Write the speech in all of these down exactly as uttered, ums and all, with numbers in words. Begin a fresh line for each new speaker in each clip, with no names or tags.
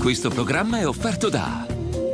Questo programma è offerto da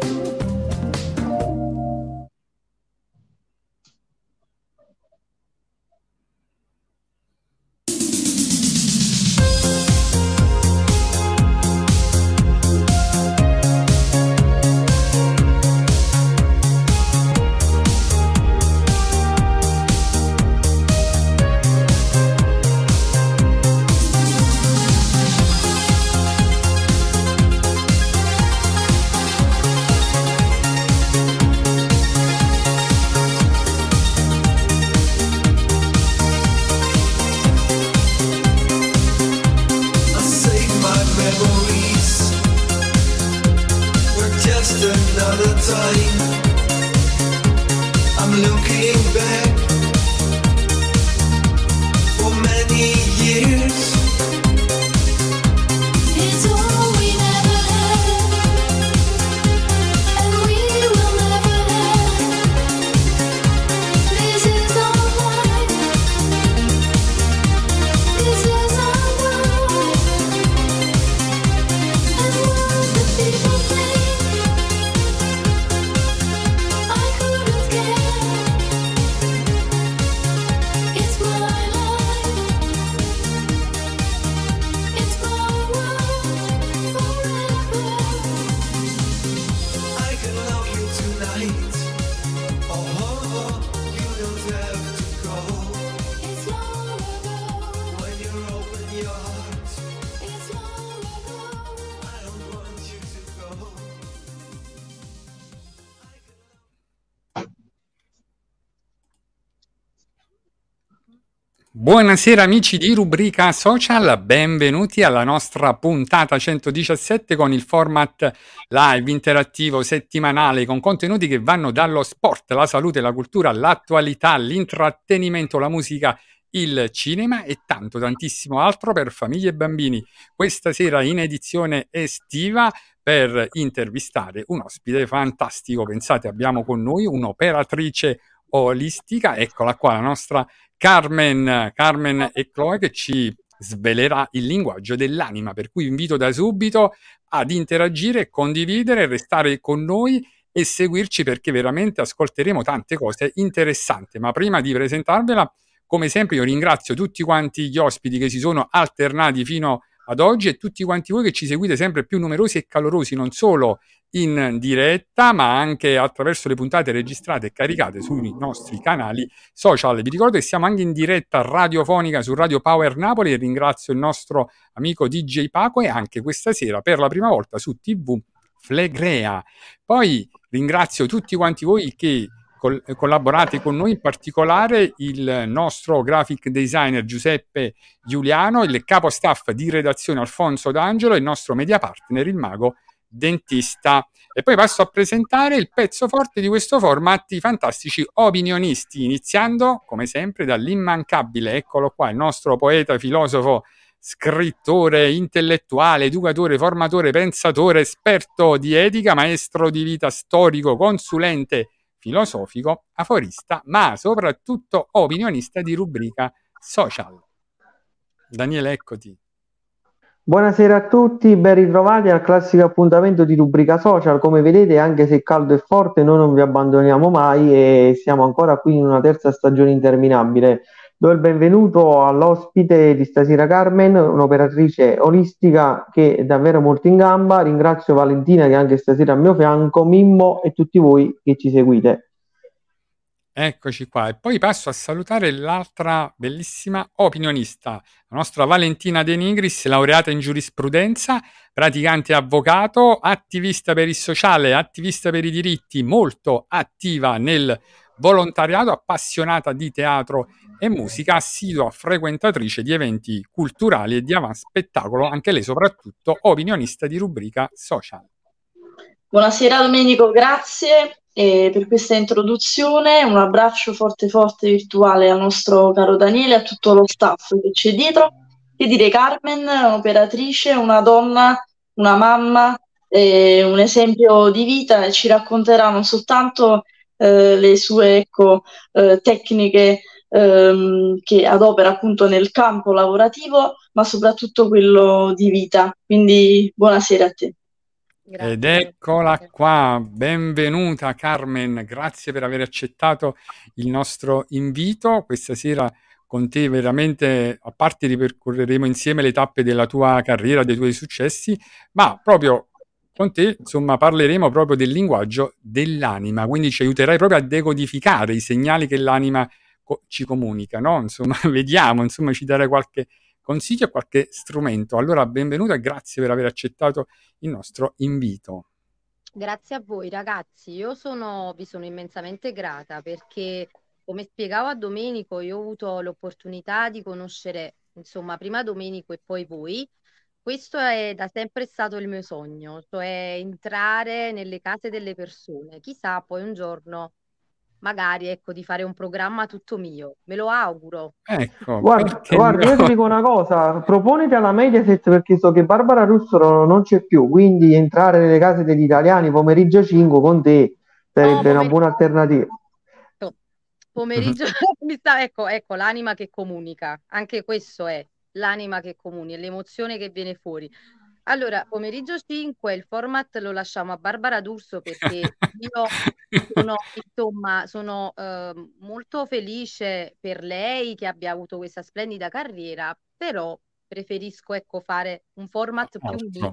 Buonasera amici di Rubrica Social, benvenuti alla nostra puntata centodiciassette con il format live interattivo settimanale con contenuti che vanno dallo sport, la salute, la cultura, l'attualità, l'intrattenimento, la musica, il cinema e tanto tantissimo altro per famiglie e bambini. Questa sera in edizione estiva per intervistare un ospite fantastico. Pensate, abbiamo con noi un'operatrice olistica, eccola qua, la nostra Carmen, Carmen e Chloe, che ci svelerà il linguaggio dell'anima, per cui vi invito da subito ad interagire, condividere, restare con noi e seguirci perché veramente ascolteremo tante cose interessanti. Ma prima di presentarvela, come sempre io ringrazio tutti quanti gli ospiti che si sono alternati fino ad oggi e tutti quanti voi che ci seguite sempre più numerosi e calorosi, non solo in diretta ma anche attraverso le puntate registrate e caricate sui nostri canali social. Vi ricordo che siamo anche in diretta radiofonica su Radio Power Napoli e ringrazio il nostro amico D J Paco e anche questa sera per la prima volta su tivù Flegrea. Poi ringrazio tutti quanti voi che col- collaborate con noi, in particolare il nostro graphic designer Giuseppe Giuliano, il capo staff di redazione Alfonso D'Angelo e il nostro media partner il mago dentista. E poi passo a presentare il pezzo forte di questo format, i fantastici opinionisti, iniziando come sempre dall'immancabile, eccolo qua, il nostro poeta, filosofo, scrittore, intellettuale, educatore, formatore, pensatore, esperto di etica, maestro di vita, storico, consulente filosofico, aforista, ma soprattutto opinionista di Rubrica Social. Daniele, eccoti.
Buonasera a tutti, ben ritrovati al classico appuntamento di Rubrica Social. Come vedete, anche se caldo e forte, noi non vi abbandoniamo mai e siamo ancora qui in una terza stagione interminabile. Do il benvenuto all'ospite di stasera Carmen, un'operatrice olistica che è davvero molto in gamba. Ringrazio Valentina che è anche stasera al mio fianco, Mimmo e tutti voi che ci seguite.
Eccoci qua, e poi passo a salutare l'altra bellissima opinionista, la nostra Valentina De Nigris, laureata in giurisprudenza, praticante avvocato, attivista per il sociale, attivista per i diritti, molto attiva nel volontariato, appassionata di teatro e musica, assidua frequentatrice di eventi culturali e di avanspettacolo, anche lei soprattutto opinionista di Rubrica Social.
Buonasera Domenico, grazie eh, per questa introduzione, un abbraccio forte forte virtuale al nostro caro Daniele e a tutto lo staff che c'è dietro. Che dire, Carmen, un'operatrice, una donna, una mamma, eh, un esempio di vita e ci racconterà non soltanto eh, le sue ecco, eh, tecniche ehm, che adopera appunto nel campo lavorativo, ma soprattutto quello di vita. Quindi buonasera a te.
Ed
Grazie.
eccola qua, benvenuta Carmen, grazie per aver accettato il nostro invito. Questa sera con te veramente, a parte ripercorreremo insieme le tappe della tua carriera, dei tuoi successi, ma proprio con te, insomma, parleremo proprio del linguaggio dell'anima, quindi ci aiuterai proprio a decodificare i segnali che l'anima co- ci comunica, no? Insomma, vediamo, insomma, ci darai qualche consiglio e qualche strumento. Allora, benvenuta e grazie per aver accettato il nostro invito.
Grazie a voi ragazzi, io sono, vi sono immensamente grata perché, come spiegavo a Domenico, io ho avuto l'opportunità di conoscere, insomma, prima Domenico e poi voi. Questo è da sempre stato il mio sogno, cioè entrare nelle case delle persone. Chissà, poi un giorno, magari, ecco, di fare un programma tutto mio. Me lo auguro.
Ecco,
Guarda,
perché
guarda, io ti
no?
dico una cosa, proponiti alla Mediaset perché so che Barbara Russo non non c'è più, quindi entrare nelle case degli italiani pomeriggio cinque con te
No,
sarebbe una
pomeriggio,
buona alternativa.
pomeriggio, mi sta- ecco, ecco, l'anima che comunica, anche questo è l'anima che comunica, è l'emozione che viene fuori. Allora, pomeriggio cinque, il format lo lasciamo a Barbara D'Urso perché io sono, insomma, sono eh, molto felice per lei che abbia avuto questa splendida carriera, però preferisco, ecco, fare un format più mio
Altro.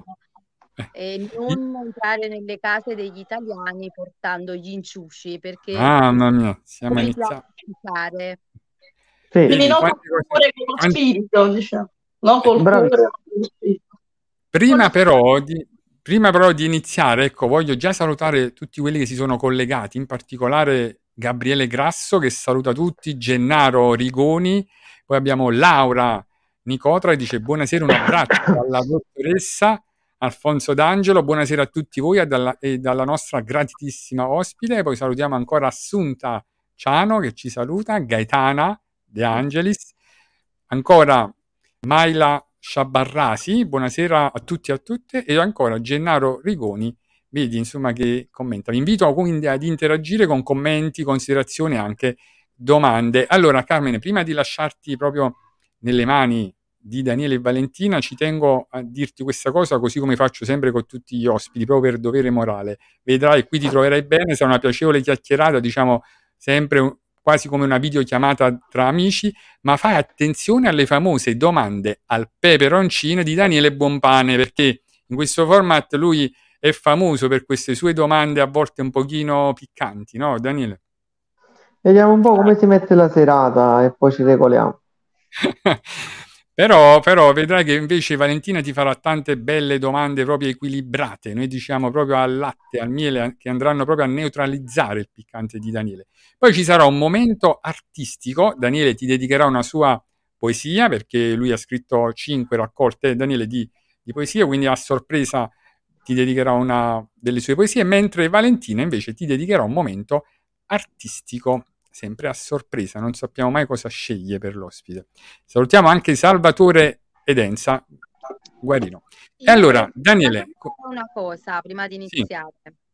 e
I-
non entrare nelle case degli italiani portando gli inciusci perché
Mamma mia, siamo
non mi piace
iniziati.
giocare.
Sì,
Quindi
Vedi
non col
quante cose.
cuore, con lo
quante-
spirito, diciamo. Non col
bravi.
cuore, ma con lo spirito.
Prima
Con-
però di, prima però di iniziare, ecco, voglio già salutare tutti quelli che si sono collegati, in particolare Gabriele Grasso che saluta tutti, Gennaro Rigoni, poi abbiamo Laura Nicotra che dice buonasera, un abbraccio dalla dottoressa Alfonso D'Angelo, buonasera a tutti voi e dalla, e dalla nostra gratitissima ospite, poi salutiamo ancora Assunta Ciano che ci saluta, Gaetana De Angelis, ancora Maila Sciabarrasi, buonasera a tutti e a tutte, e ancora Gennaro Rigoni, vedi insomma che commenta. Vi invito quindi ad interagire con commenti, considerazioni e anche domande. Allora Carmine, prima di lasciarti proprio nelle mani di Daniele e Valentina, ci tengo a dirti questa cosa, così come faccio sempre con tutti gli ospiti, proprio per dovere morale. Vedrai, qui ti troverai bene, sarà una piacevole chiacchierata, diciamo sempre un- quasi come una videochiamata tra amici, ma fai attenzione alle famose domande al peperoncino di Daniele Buonpane, perché in questo format lui è famoso per queste sue domande a volte un pochino piccanti, no Daniele?
Vediamo un po' come si mette la serata e poi ci regoliamo.
Però, però vedrai che invece Valentina ti farà tante belle domande proprio equilibrate, noi diciamo proprio al latte, al miele, che andranno proprio a neutralizzare il piccante di Daniele. Poi ci sarà un momento artistico, Daniele ti dedicherà una sua poesia, perché lui ha scritto cinque raccolte, Daniele, di, di poesie, quindi a sorpresa ti dedicherà una delle sue poesie, mentre Valentina invece ti dedicherà un momento artistico, sempre a sorpresa, non sappiamo mai cosa sceglie per l'ospite. Salutiamo anche Salvatore Edenza Guarino. E
Io
allora,
volevo
Daniele,
dire una cosa prima di
sì,
iniziare.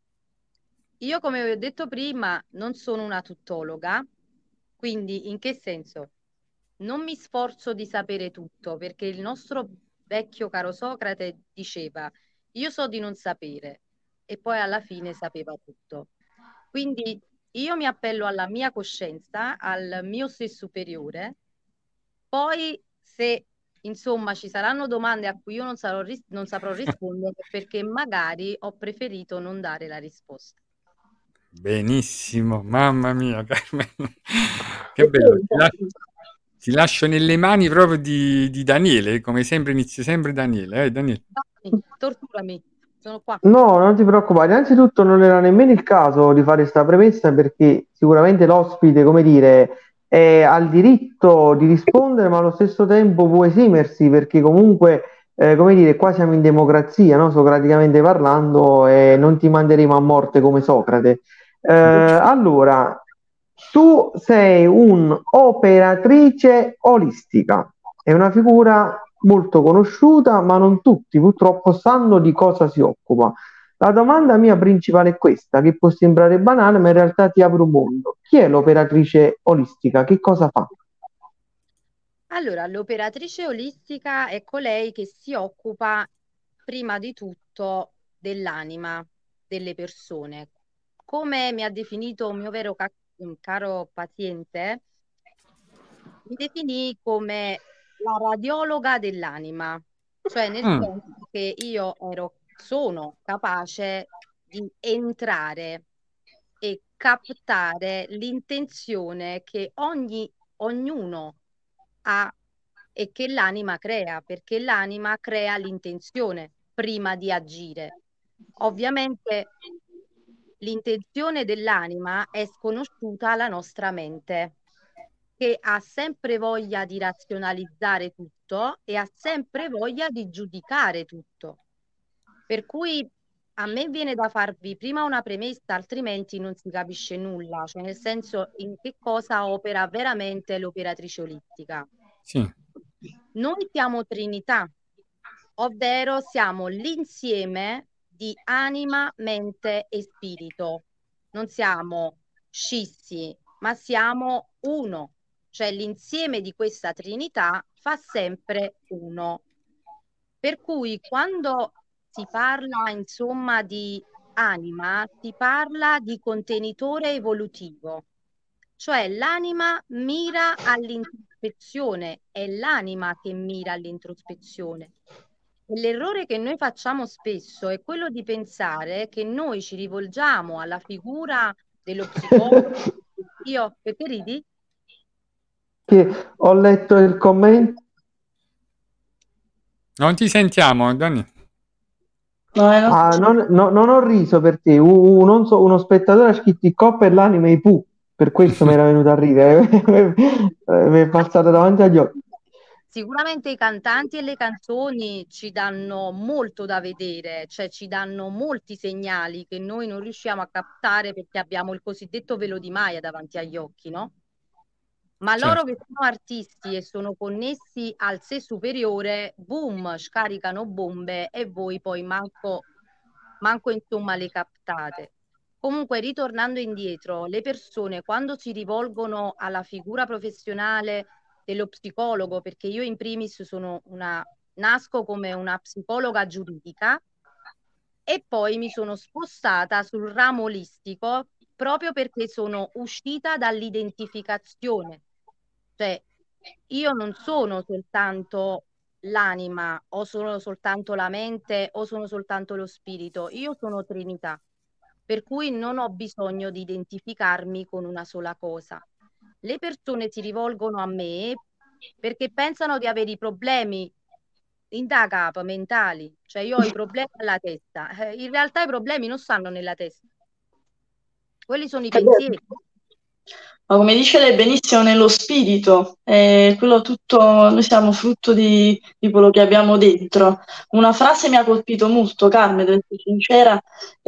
Io, come vi ho detto prima, non sono una tuttologa, quindi in che senso? Non mi sforzo di sapere tutto, perché il nostro vecchio caro Socrate diceva, io so di non sapere, e poi alla fine sapeva tutto. Quindi io mi appello alla mia coscienza, al mio sé superiore, poi se insomma ci saranno domande a cui io non sarò ris- non saprò rispondere perché magari ho preferito non dare la risposta.
benissimo, mamma mia, Carmen. Che bello. Ti lascio, ti lascio nelle mani proprio di, di Daniele, come sempre inizia sempre Daniele, eh, Daniele.
Vai, torturami, sono qua.
No, non ti preoccupare. Innanzitutto non era nemmeno il caso di fare questa premessa perché sicuramente l'ospite, come dire, è, ha il diritto di rispondere, ma allo stesso tempo può esimersi perché comunque, eh, come dire, qua siamo in democrazia, no? Socraticamente parlando, e non ti manderemo a morte come Socrate. Eh, allora, tu sei un'operatrice olistica, è una figura molto conosciuta, ma non tutti purtroppo sanno di cosa si occupa. La domanda mia principale è questa, che può sembrare banale, ma in realtà ti apre un mondo. Chi è l'operatrice olistica? Che cosa fa?
Allora, l'operatrice olistica è colei che si occupa prima di tutto dell'anima delle persone. Come mi ha definito un mio vero ca- un caro paziente, mi definì come la radiologa dell'anima, cioè nel
Mm,
senso che io ero, sono capace di entrare e captare l'intenzione che ogni, ognuno ha e che l'anima crea, perché l'anima crea l'intenzione prima di agire. Ovviamente l'intenzione dell'anima è sconosciuta alla nostra mente, che ha sempre voglia di razionalizzare tutto e ha sempre voglia di giudicare tutto. Per cui a me viene da farvi prima una premessa, altrimenti non si capisce nulla, cioè nel senso in che cosa opera veramente l'operatrice olistica.
sì.
Noi siamo Trinità, ovvero siamo l'insieme di anima, mente e spirito. Non siamo scissi, ma siamo uno, cioè l'insieme di questa Trinità fa sempre uno. Per cui quando si parla, insomma, di anima, si parla di contenitore evolutivo, cioè l'anima mira all'introspezione, è l'anima che mira all'introspezione. E l'errore che noi facciamo spesso è quello di pensare che noi ci rivolgiamo alla figura dello psicologo. Io, perché ridi?
Che ho letto il commento.
Non ti sentiamo, Dani.
No, eh, non-
Ah, non, no- non ho riso per te. U- non so, uno spettatore ha scritto il coppa e l'anima e i Pooh. Per questo mi era venuto a ridere. Mi è passato davanti agli occhi.
Sicuramente i cantanti e le canzoni ci danno molto da vedere, cioè ci danno molti segnali che noi non riusciamo a captare perché abbiamo il cosiddetto velo di Maya davanti agli occhi, no? Ma loro
Certo.
che sono artisti e sono connessi al sé superiore, boom, scaricano bombe e voi poi manco, manco insomma le captate. Comunque, ritornando indietro, le persone quando si rivolgono alla figura professionale dello psicologo, perché io in primis sono una, nasco come una psicologa giuridica e poi mi sono spostata sul ramo olistico proprio perché sono uscita dall'identificazione. Cioè, io non sono soltanto l'anima, o sono soltanto la mente, o sono soltanto lo spirito. Io sono Trinità, per cui non ho bisogno di identificarmi con una sola cosa. Le persone si rivolgono a me perché pensano di avere i problemi in da capo, mentali, cioè io ho i problemi alla testa. Eh, in realtà i problemi non stanno nella testa, quelli sono i
Eh beh,
pensieri.
ma come dice lei benissimo, nello spirito, è quello tutto, noi siamo frutto di, di quello che abbiamo dentro. Una frase mi ha colpito molto, Carmen, devo essere sincera,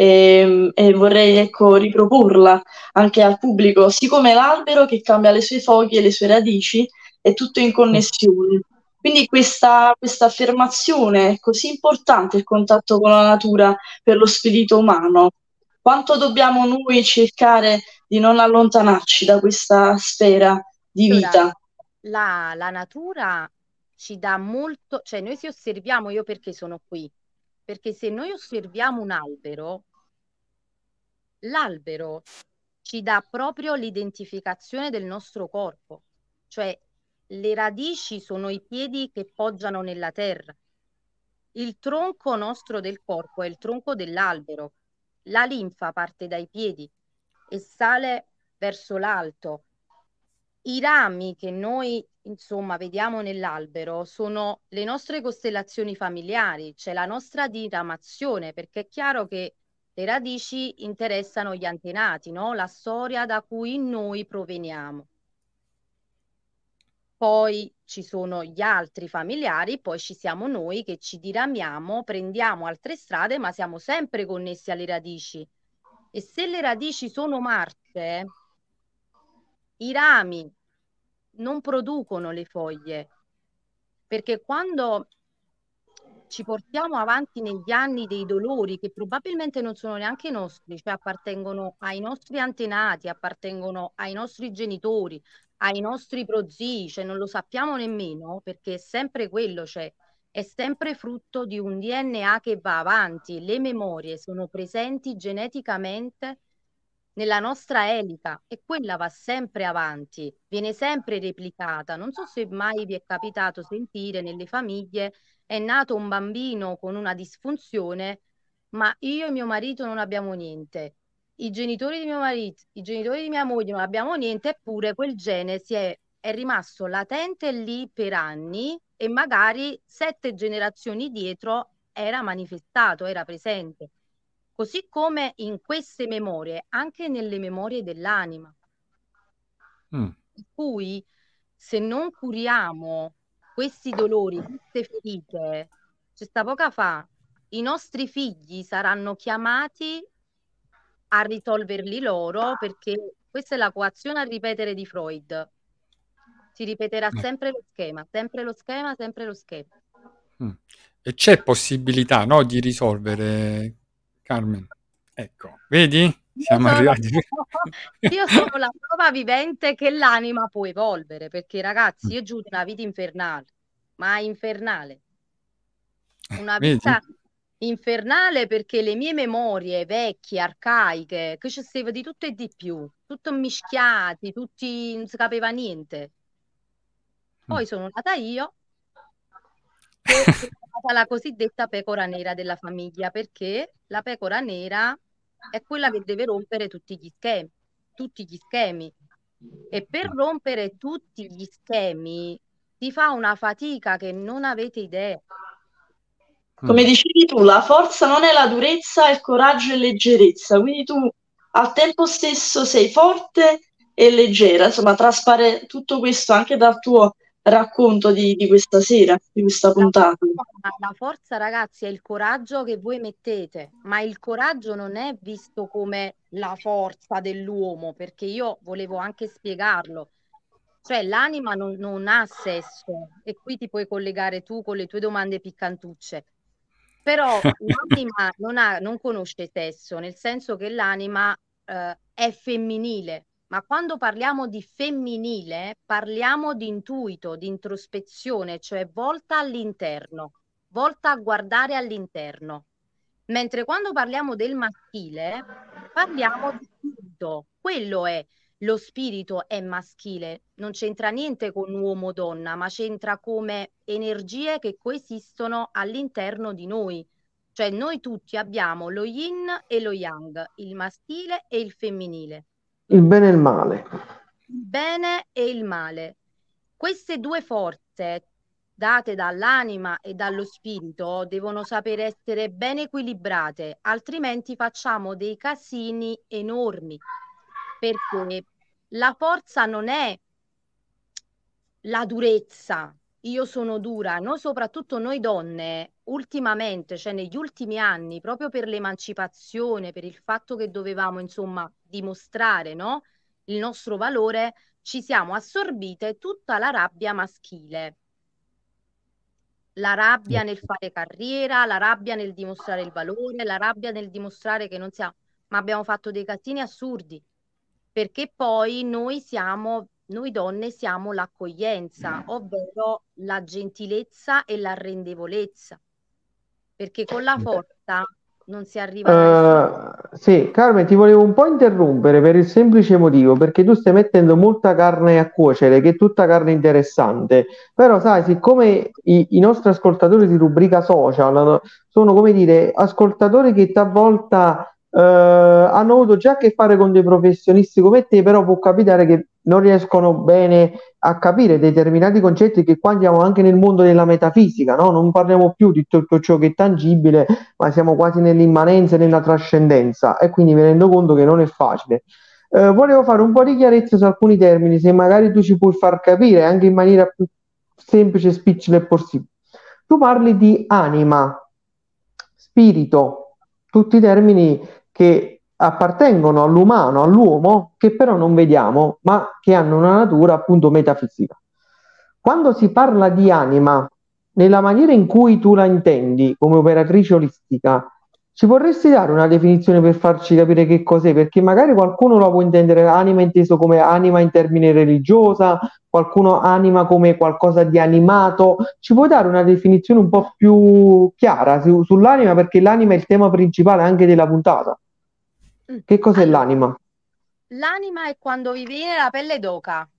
e, e vorrei ecco, riproporla anche al pubblico. Siccome l'albero che cambia le sue foglie e le sue radici, è tutto in connessione. Quindi questa, questa affermazione è così importante, il contatto con la natura per lo spirito umano. Quanto dobbiamo noi cercare di non allontanarci da questa sfera di
Allora,
vita?
la, la natura ci dà molto, cioè noi se osserviamo, io perché sono qui? Perché se noi osserviamo un albero, l'albero ci dà proprio l'identificazione del nostro corpo, cioè le radici sono i piedi che poggiano nella terra. Il tronco nostro del corpo è il tronco dell'albero. La linfa parte dai piedi e sale verso l'alto. I rami che noi, insomma, vediamo nell'albero sono le nostre costellazioni familiari, c'è la nostra diramazione, perché è chiaro che le radici interessano gli antenati, no? La storia da cui noi proveniamo. Poi ci sono gli altri familiari, poi ci siamo noi che ci diramiamo, prendiamo altre strade, ma siamo sempre connessi alle radici. E se le radici sono marce, i rami non producono le foglie, perché quando ci portiamo avanti negli anni dei dolori che probabilmente non sono neanche nostri, cioè appartengono ai nostri antenati, appartengono ai nostri genitori, ai nostri prozii, cioè non lo sappiamo nemmeno perché è sempre quello, cioè è sempre frutto di un D N A che va avanti. Le memorie sono presenti geneticamente nella nostra elica e quella va sempre avanti, viene sempre replicata. Non so se mai vi è capitato sentire nelle famiglie è nato un bambino con una disfunzione, ma io e mio marito non abbiamo niente. I genitori di mio marito, i genitori di mia moglie non abbiamo niente, eppure quel gene si è, è rimasto latente lì per anni e magari sette generazioni dietro era manifestato, era presente. Così come in queste memorie, anche nelle memorie dell'anima.
Mm.
Per cui se non curiamo questi dolori, queste ferite, c'è sta poca fa, i nostri figli saranno chiamati a risolverli loro, perché questa è la coazione a ripetere di Freud. Si ripeterà sempre lo schema, sempre lo schema, sempre lo schema.
Mm. E c'è possibilità, no, di risolvere, Carmen? Ecco, vedi?
Io
Siamo
sono,
arrivati.
io sono la prova vivente che l'anima può evolvere, perché ragazzi, io giuro una vita infernale, ma infernale. Una
Vedi?
vita infernale perché le mie memorie vecchie, arcaiche, che ci stava di tutto e di più, tutto mischiati, tutti, non si capiva niente. Poi sono nata io, che sono stata la cosiddetta pecora nera della famiglia, perché la pecora nera è quella che deve rompere tutti gli schemi, tutti gli schemi. E per rompere tutti gli schemi si fa una fatica che non avete idea.
Come dicevi tu, la forza non è la durezza, il coraggio è leggerezza, quindi tu al tempo stesso sei forte e leggera, insomma, traspare tutto questo anche dal tuo racconto di, di questa sera, di questa puntata.
La, la forza, ragazzi, è il coraggio che voi mettete, ma il coraggio non è visto come la forza dell'uomo, perché io volevo anche spiegarlo. Cioè, l'anima non, non ha sesso, e qui ti puoi collegare tu con le tue domande piccantucce. Però l'anima non, ha, non conosce sesso, nel senso che l'anima eh, è femminile. Ma quando parliamo di femminile, parliamo di intuito, di introspezione, cioè volta all'interno, volta a guardare all'interno. Mentre quando parliamo del maschile, parliamo di spirito. Quello è, lo spirito è maschile, non c'entra niente con uomo-donna, ma c'entra come energie che coesistono all'interno di noi. Cioè noi tutti abbiamo lo yin e lo yang, il maschile e il femminile.
Il bene e il male.
Il bene e il male. Queste due forze date dall'anima e dallo spirito devono sapere essere ben equilibrate, altrimenti facciamo dei casini enormi, perché la forza non è la durezza. Io sono dura, noi soprattutto noi donne, ultimamente, cioè negli ultimi anni, proprio per l'emancipazione, per il fatto che dovevamo, insomma, dimostrare, no, il nostro valore, ci siamo assorbite tutta la rabbia maschile. La rabbia nel fare carriera, la rabbia nel dimostrare il valore, la rabbia nel dimostrare che non siamo... Ma abbiamo fatto dei casini assurdi, perché poi noi siamo... Noi donne siamo l'accoglienza, ovvero la gentilezza e l'arrendevolezza, perché con la forza non si arriva da nessuno.
Uh, sì, Carmen, ti volevo un po' interrompere per il semplice motivo, perché tu stai mettendo molta carne a cuocere, che è tutta carne interessante, però sai, siccome i, i nostri ascoltatori di rubrica social sono, come dire, ascoltatori che talvolta uh, hanno avuto già a che fare con dei professionisti come te, però può capitare che non riescono bene a capire determinati concetti, che qua andiamo anche nel mondo della metafisica, no? Non parliamo più di tutto ciò che è tangibile, ma siamo quasi nell'immanenza e nella trascendenza, e quindi mi rendo conto che non è facile. Eh, volevo fare un po' di chiarezza su alcuni termini, se magari tu ci puoi far capire anche in maniera più semplice e spicciole possibile. Tu parli di anima, spirito, tutti termini che appartengono all'umano, all'uomo, che però non vediamo, ma che hanno una natura appunto metafisica. Quando si parla di anima, nella maniera in cui tu la intendi come operatrice olistica, Ci vorresti dare una definizione per farci capire che cos'è? Perché magari qualcuno la può intendere anima inteso come anima in termine religiosa, qualcuno anima come qualcosa di animato. Ci puoi dare una definizione un po' più chiara su- sull'anima? Perché l'anima è il tema principale anche della puntata.
Mm.
Che cos'è
Allora,
l'anima?
l'anima è quando vi viene la pelle d'oca.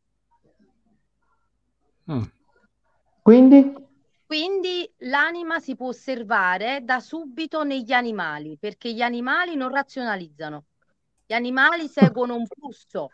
Mm.
Quindi?
Quindi l'anima si può osservare da subito negli animali, perché gli animali non razionalizzano. Gli animali seguono un flusso.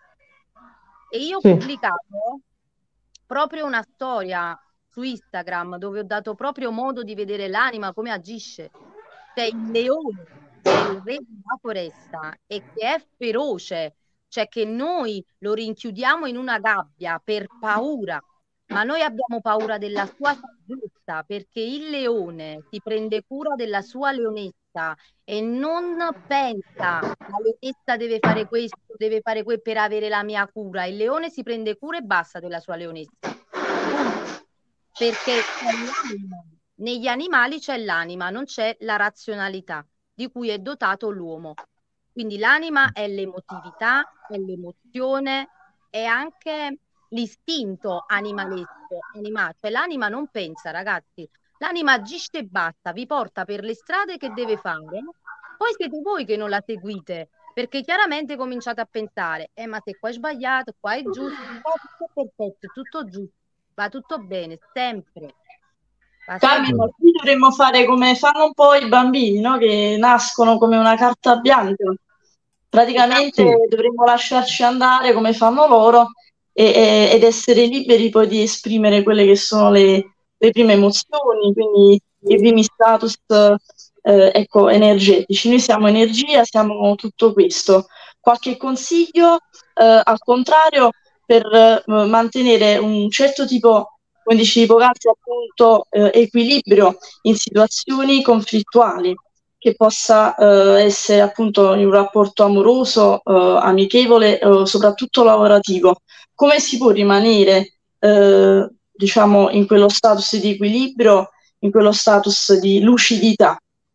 E io ho
Sì,
pubblicato proprio una storia su Instagram dove ho dato proprio modo di vedere l'anima, come agisce. Cioè il leone, che è il re della foresta e che è feroce, cioè che noi lo rinchiudiamo in una gabbia per paura, ma noi abbiamo paura della sua saggezza, perché il leone si prende cura della sua leonessa e non pensa la leonessa deve fare questo, deve fare quello per avere la mia cura. Il leone si prende cura e basta della sua leonessa. Punto. Perché c'è l'anima. Negli animali c'è l'anima, non c'è la razionalità di cui è dotato l'uomo. Quindi l'anima è l'emotività, è l'emozione, è anche l'istinto animalesco, animale. Cioè l'anima non pensa, ragazzi. L'anima agisce e basta, vi porta per le strade che deve fare. Poi siete voi che non la seguite, perché chiaramente cominciate a pensare, eh, ma se qua è sbagliato, qua è giusto, qua è tutto perfetto, è tutto giusto, va tutto bene, sempre. Va
Carmine,
sempre.
ma qui dovremmo fare come fanno un po' i bambini, no? Che nascono come una carta bianca. Praticamente
sì.
dovremmo lasciarci andare come fanno loro e- e- ed essere liberi poi di esprimere quelle che sono le, le prime emozioni, quindi i primi status, eh, ecco, energetici. Noi siamo energia, siamo tutto questo. Qualche consiglio, eh, al contrario, per eh, mantenere un certo tipo, come dicevi poc'anzi, appunto, eh, equilibrio in situazioni conflittuali, che possa eh, essere appunto in un rapporto amoroso, eh, amichevole, eh, soprattutto lavorativo. Come si può rimanere, eh, diciamo, in quello status di equilibrio, in quello status di lucidità?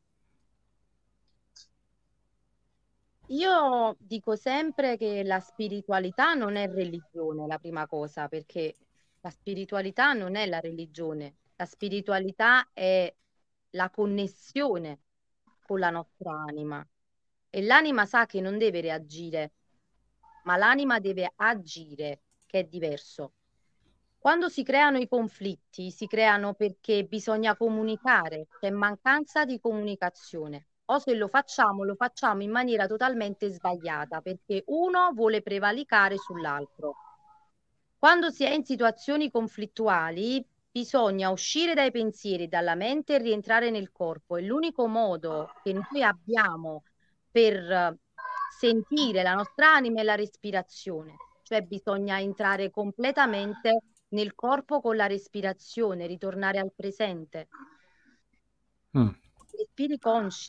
Io dico sempre che la spiritualità non è religione, la prima cosa, perché la spiritualità non è la religione, la spiritualità è la connessione con la nostra anima e l'anima sa che non deve reagire, ma l'anima deve agire, che è diverso. Quando si creano i conflitti, si creano perché bisogna comunicare, c'è mancanza di comunicazione. O se lo facciamo, lo facciamo in maniera totalmente sbagliata, perché uno vuole prevalicare sull'altro. Quando si è in situazioni conflittuali, bisogna uscire dai pensieri, dalla mente e rientrare nel corpo. E l'unico modo che noi abbiamo per eh, sentire la nostra anima è la respirazione, cioè bisogna entrare completamente nel corpo con la respirazione, ritornare al presente.
Mm.
Respiri consci,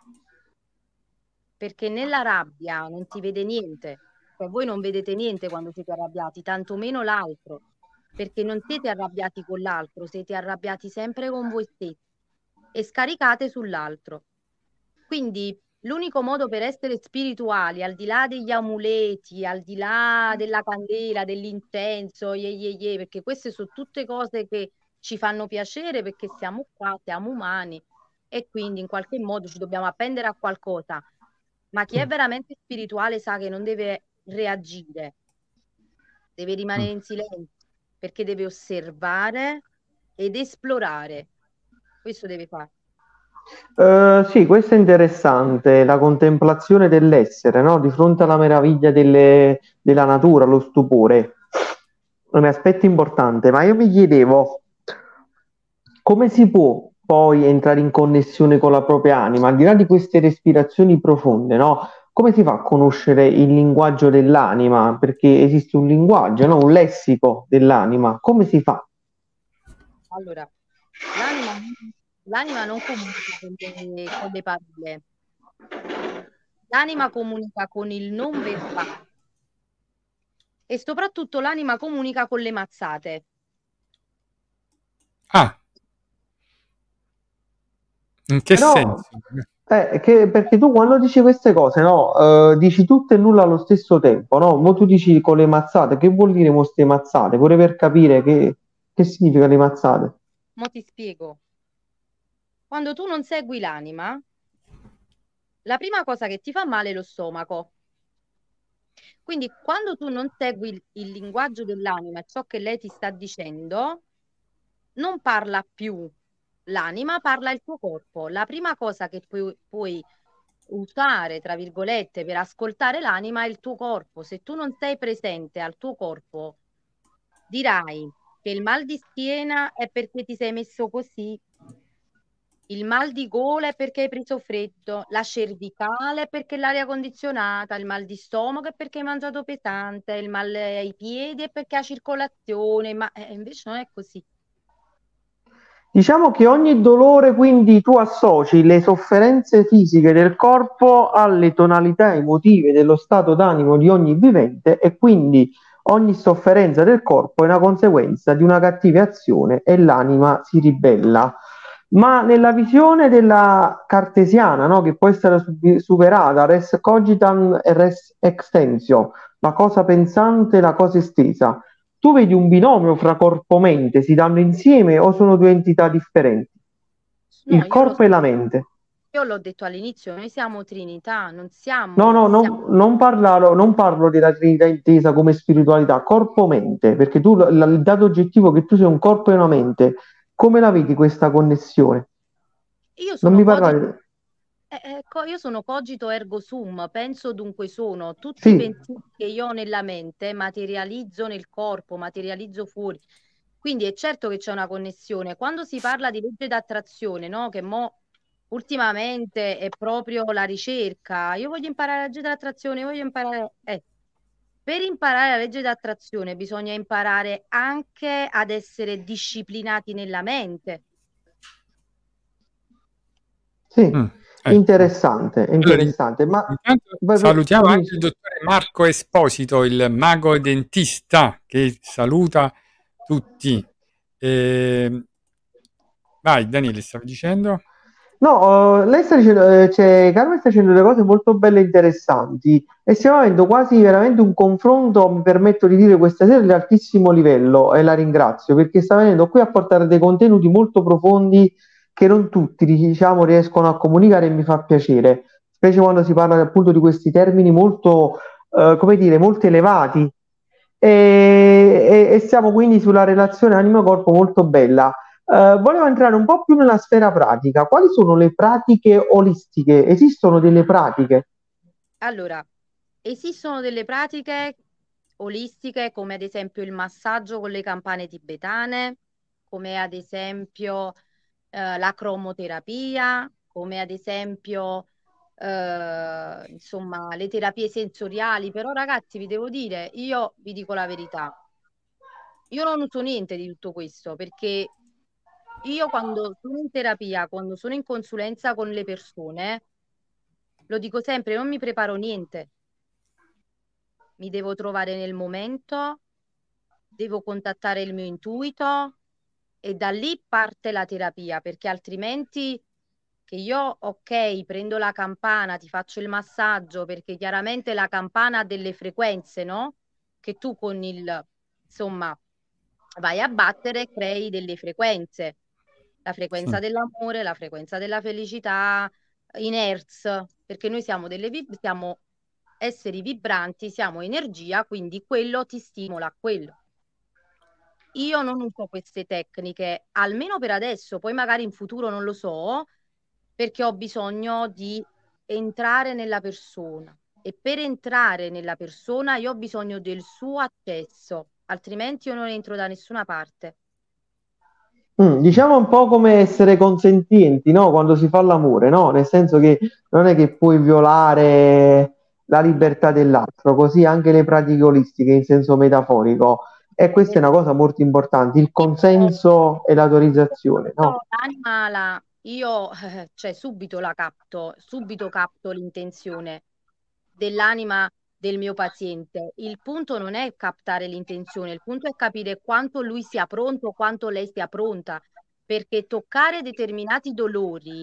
perché nella rabbia non si vede niente, cioè voi non vedete niente quando siete arrabbiati, tantomeno l'altro, perché non siete arrabbiati con l'altro, siete arrabbiati sempre con voi stessi e scaricate sull'altro. Quindi l'unico modo per essere spirituali, al di là degli amuleti, al di là della candela, dell'incenso, ye, ye, ye, perché queste sono tutte cose che ci fanno piacere perché siamo qua, siamo umani e quindi in qualche modo ci dobbiamo appendere a qualcosa. Ma chi è veramente spirituale sa che non deve reagire, deve
Mm.
rimanere in silenzio perché deve osservare ed esplorare. Questo deve fare.
Eh, sì, questo è interessante, la contemplazione dell'essere, no? Di fronte alla meraviglia delle- della natura, lo stupore. È un aspetto importante, ma io mi chiedevo come si può poi entrare in connessione con la propria anima, al di là di queste respirazioni profonde, no? Come si fa a conoscere il linguaggio dell'anima? Perché esiste un linguaggio, no? Un lessico dell'anima. Come si fa?
Allora, l'anima l'anima non comunica con le, con le parole, l'anima comunica con il non verbale e soprattutto l'anima comunica con le mazzate.
Ah, in che
Però,
senso?
Eh, che- perché tu quando dici queste cose, no, eh, dici tutto e nulla allo stesso tempo, no? Mo tu dici con le mazzate, che vuol dire mo ste mazzate? Pure per capire che, che significa le mazzate.
Mo ti spiego. Quando tu non segui l'anima, la prima cosa che ti fa male è lo stomaco. Quindi quando tu non segui il, il linguaggio dell'anima, ciò che lei ti sta dicendo, non parla più l'anima, parla il tuo corpo. La prima cosa che puoi, puoi usare, tra virgolette, per ascoltare l'anima è il tuo corpo. Se tu non sei presente al tuo corpo, dirai che il mal di schiena è perché ti sei messo così, il mal di gola è perché hai preso freddo, la cervicale è perché l'aria condizionata, il mal di stomaco è perché hai mangiato pesante, il mal ai piedi è perché ha circolazione, ma eh, invece non è così.
Diciamo che ogni dolore, quindi tu associ le sofferenze fisiche del corpo alle tonalità emotive dello stato d'animo di ogni vivente e quindi ogni sofferenza del corpo è una conseguenza di una cattiva azione e l'anima si ribella. Ma nella visione della cartesiana, no, che può essere sub- superata, res cogitam e res extensio, la cosa pensante e la cosa estesa, tu vedi un binomio fra corpo-mente, si danno insieme o sono due entità differenti?
No,
Il
io lo
corpo e
so,
la mente.
io l'ho detto all'inizio, noi siamo Trinità, non
No,
siamo,
no,
siamo...
non, non parlo, non parlo della Trinità intesa come spiritualità, corpo-mente, perché tu, l- il dato oggettivo che tu sei un corpo e una mente, come la vedi questa connessione?
Io
Non
sono
mi
cogito,
parlare.
eh, eh, co- io sono cogito ergo sum, penso dunque sono, tutti i
Sì,
pensieri che io ho nella mente materializzo nel corpo, materializzo fuori. Quindi è certo che c'è una connessione. Quando si parla di legge d'attrazione, no? Che mo ultimamente è proprio la ricerca. Io voglio imparare la legge dell'attrazione, voglio imparare... Eh, per imparare la legge d'attrazione bisogna imparare anche ad essere disciplinati nella mente.
sì,
Mm, ecco.
interessante,
Allora, in-
interessante. Ma
intanto
vai- vai-
salutiamo
dimmi-
anche il dottore Marco Esposito, il mago dentista, che saluta tutti. Eh, vai, Daniele, stavi dicendo?
No, eh, lei sta dicendo, eh, cioè, Carmen sta dicendo delle cose molto belle e interessanti e stiamo avendo quasi veramente un confronto, mi permetto di dire questa sera, di altissimo livello e la ringrazio perché sta venendo qui a portare dei contenuti molto profondi che non tutti, diciamo, riescono a comunicare e mi fa piacere, specie quando si parla appunto di questi termini molto, eh, come dire, molto elevati e, e, e siamo quindi sulla relazione anima-corpo molto bella. Eh, volevo entrare un po' più nella sfera pratica. Quali sono le pratiche olistiche? Esistono delle pratiche?
Allora, esistono delle pratiche olistiche come ad esempio il massaggio con le campane tibetane, come ad esempio eh, la cromoterapia, come ad esempio eh, insomma le terapie sensoriali. Però ragazzi, vi devo dire, io vi dico la verità, io non uso niente di tutto questo perché io quando sono in terapia, quando sono in consulenza con le persone, lo dico sempre, non mi preparo niente, mi devo trovare nel momento, devo contattare il mio intuito e da lì parte la terapia, perché altrimenti che io, ok, prendo la campana, ti faccio il massaggio, perché chiaramente la campana ha delle frequenze, no? Che tu con il, insomma, vai a battere e crei delle frequenze. La frequenza
Sì.
dell'amore, la frequenza della felicità, in hertz, perché noi siamo delle vib- siamo esseri vibranti, siamo energia, quindi quello ti stimola a quello. Io non uso queste tecniche, almeno per adesso, poi magari in futuro non lo so, perché ho bisogno di entrare nella persona e per entrare nella persona io ho bisogno del suo accesso, altrimenti io non entro da nessuna parte.
Mm, diciamo un po' come essere consenzienti, no? Quando si fa l'amore, no? Nel senso che non è che puoi violare la libertà dell'altro, così anche le pratiche olistiche in senso metaforico. E questa è una cosa molto importante, il
Io,
consenso e l'autorizzazione,
io
no?
l'anima, la, io eh, cioè subito la capto, subito capto l'intenzione dell'anima del mio paziente. Il punto non è captare l'intenzione, il punto è capire quanto lui sia pronto, quanto lei sia pronta, perché toccare determinati dolori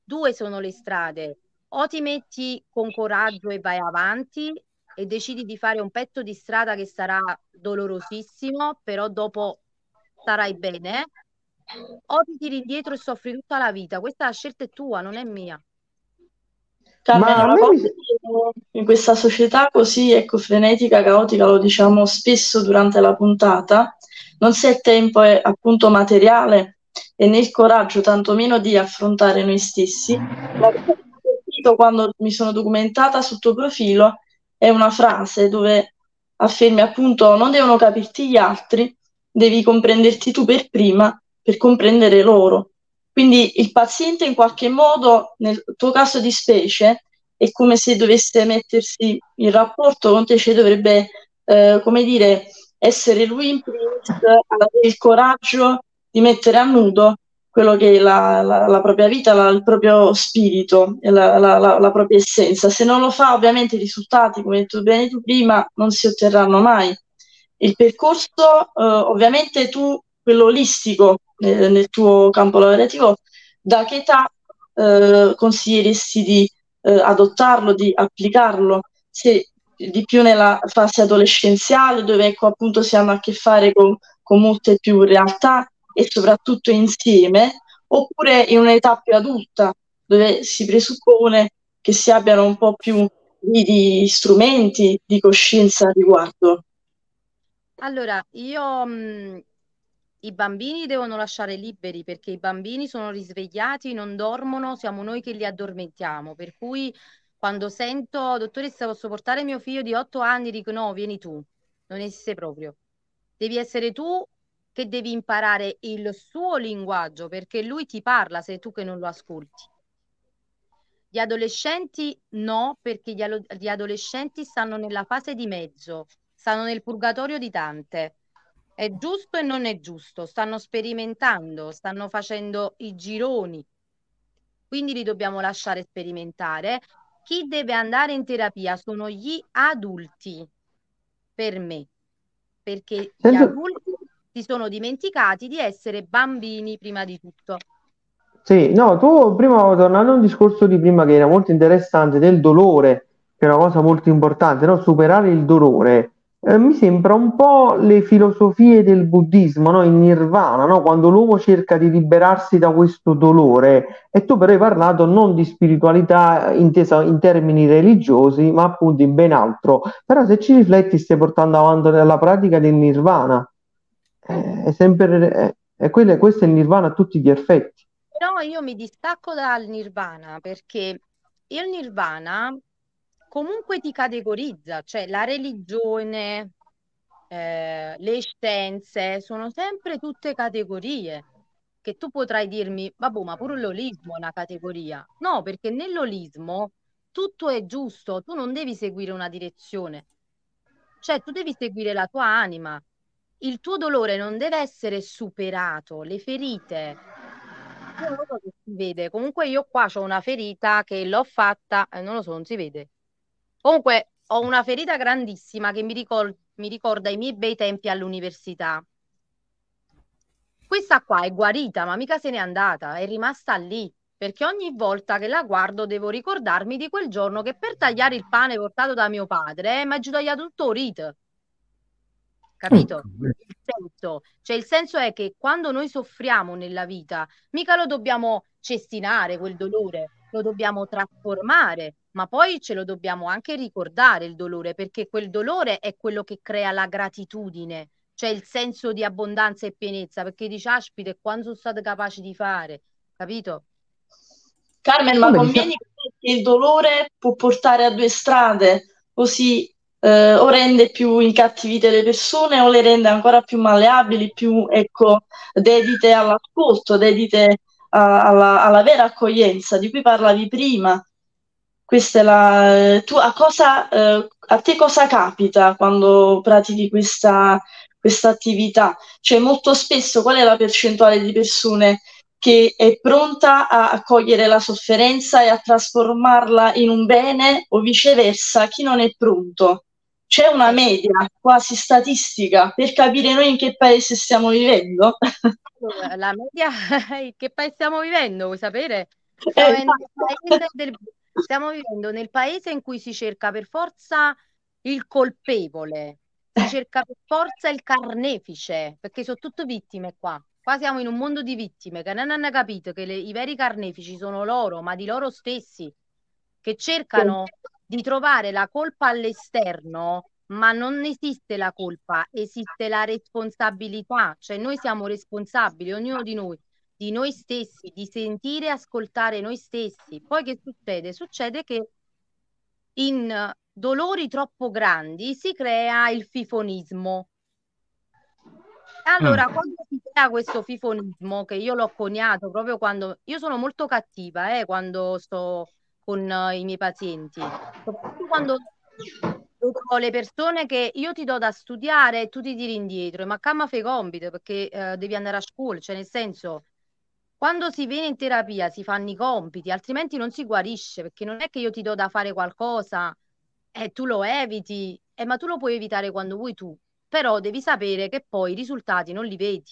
Due sono le strade: o ti metti con coraggio e vai avanti e decidi di fare un pezzo di strada che sarà dolorosissimo, però dopo starai bene, o ti tiri indietro e soffri tutta la vita. Questa scelta è tua, non è mia.
Carmen,
Ma a
una
me
cosa
mi...
che in questa società così ecco, frenetica, caotica, lo diciamo spesso durante la puntata, non si ha il tempo è appunto materiale e né il coraggio tantomeno di affrontare noi stessi. La cosa che mi ha colpito quando mi sono documentata sul tuo profilo è una frase dove affermi appunto non devono capirti gli altri, devi comprenderti tu per prima per comprendere loro. Quindi il paziente in qualche modo, nel tuo caso di specie, è come se dovesse mettersi in rapporto con te, cioè dovrebbe, eh, come dire, essere lui in primis, avere il coraggio di mettere a nudo quello che è la, la- la propria vita, la- il proprio spirito e la, la- la- la propria essenza. Se non lo fa, ovviamente i risultati, come hai detto bene tu prima, non si otterranno mai. Il percorso, eh, ovviamente tu, quello olistico, eh, nel tuo campo lavorativo, da che età eh, consiglieresti di eh, adottarlo, di applicarlo? Se di più nella fase adolescenziale, dove ecco, appunto si hanno a che fare con, con molte più realtà e soprattutto insieme, oppure in un'età più adulta, dove si presuppone che si abbiano un po' più di, di strumenti di coscienza a riguardo.
Allora, io mh, i bambini devono lasciare liberi perché i bambini sono risvegliati, non dormono, siamo noi che li addormentiamo. Per cui quando sento, dottoressa, posso portare mio figlio di otto anni, dico no, vieni tu, non esiste proprio. Devi essere tu che devi imparare il suo linguaggio perché lui ti parla, sei tu che non lo ascolti. Gli adolescenti no, perché gli, alo- gli adolescenti stanno nella fase di mezzo, stanno nel purgatorio di Dante. È giusto e non è giusto, stanno sperimentando, stanno facendo i gironi, quindi li dobbiamo lasciare sperimentare. Chi deve andare in terapia sono gli adulti, per me, perché gli
Sento...
adulti si sono dimenticati di essere bambini prima di tutto.
Sì, no, tu prima tornando a un discorso di prima che era molto interessante del dolore, che è una cosa molto importante, no? Superare il dolore. Eh, mi sembra un po' le filosofie del buddismo, no? Il nirvana, no? Quando l'uomo cerca di liberarsi da questo dolore, e tu però hai parlato non di spiritualità intesa in termini religiosi, ma appunto in ben altro. Però se ci rifletti stai portando avanti la pratica del nirvana. Eh, è sempre, eh, è quello- questo è il nirvana a tutti gli effetti.
Però io mi distacco dal nirvana perché il nirvana comunque ti categorizza, cioè la religione, eh, le scienze sono sempre tutte categorie che tu potrai dirmi, vabbè, ma pure l'olismo è una categoria. No, perché nell'olismo tutto è giusto, tu non devi seguire una direzione, cioè tu devi seguire la tua anima. Il tuo dolore non deve essere superato, le ferite. Io non lo so se si vede. Comunque io qua ho una ferita che l'ho fatta, eh, non lo so, non si vede. Comunque ho una ferita grandissima che mi ricor- mi ricorda i miei bei tempi all'università. Questa qua è guarita, ma mica se n'è andata, è rimasta lì. Perché ogni volta che la guardo devo ricordarmi di quel giorno che per tagliare il pane portato da mio padre, eh, mi ha tagliato tutto rit. Capito? Il senso, cioè il senso è che quando noi soffriamo nella vita, mica lo dobbiamo cestinare quel dolore, lo dobbiamo trasformare, ma poi ce lo dobbiamo anche ricordare il dolore, perché quel dolore è quello che crea la gratitudine, cioè il senso di abbondanza e pienezza, perché dici, aspite, quanto sono stata capace di fare, capito?
Carmen, ma
Vabbè,
convieni
diciamo-
con me che il dolore può portare a due strade, così eh, o rende più incattivite le persone o le rende ancora più malleabili, più ecco, dedite all'ascolto, dedite a- alla, alla vera accoglienza di cui parlavi prima. Questa è la... Tu a cosa, eh, a te cosa capita quando pratichi questa, questa attività? Cioè, molto spesso qual è la percentuale di persone che è pronta a accogliere la sofferenza e a trasformarla in un bene o viceversa, chi non è pronto? C'è una
Ecco,
media quasi statistica per capire noi in che paese stiamo vivendo?
la media, in che paese stiamo vivendo, vuoi sapere? Stiamo
Eh,
vivendo nel paese del- stiamo vivendo nel paese in cui si cerca per forza il colpevole, si cerca per forza il carnefice, perché sono tutte vittime qua. Qua siamo in un mondo di vittime che non hanno capito che le- i veri carnefici sono loro, ma di loro stessi, che cercano di trovare la colpa all'esterno, ma non esiste la colpa, esiste la responsabilità, cioè noi siamo responsabili, ognuno di noi di noi stessi, di sentire e ascoltare noi stessi. Poi che succede? Succede che in eh, dolori troppo grandi si crea il fifonismo.
Mm.
Allora, quando si crea questo fifonismo, che io l'ho coniato proprio quando io sono molto cattiva, eh, quando sto con eh, i miei pazienti, soprattutto quando vedo le persone che io ti do da studiare e tu ti tiri indietro, ma calma fai i compiti perché eh, devi andare a scuola, cioè nel senso, quando si viene in terapia si fanno i compiti, altrimenti non si guarisce, perché non è che io ti do da fare qualcosa e tu lo eviti, eh, ma tu lo puoi evitare quando vuoi tu, però devi sapere che poi i risultati non li vedi.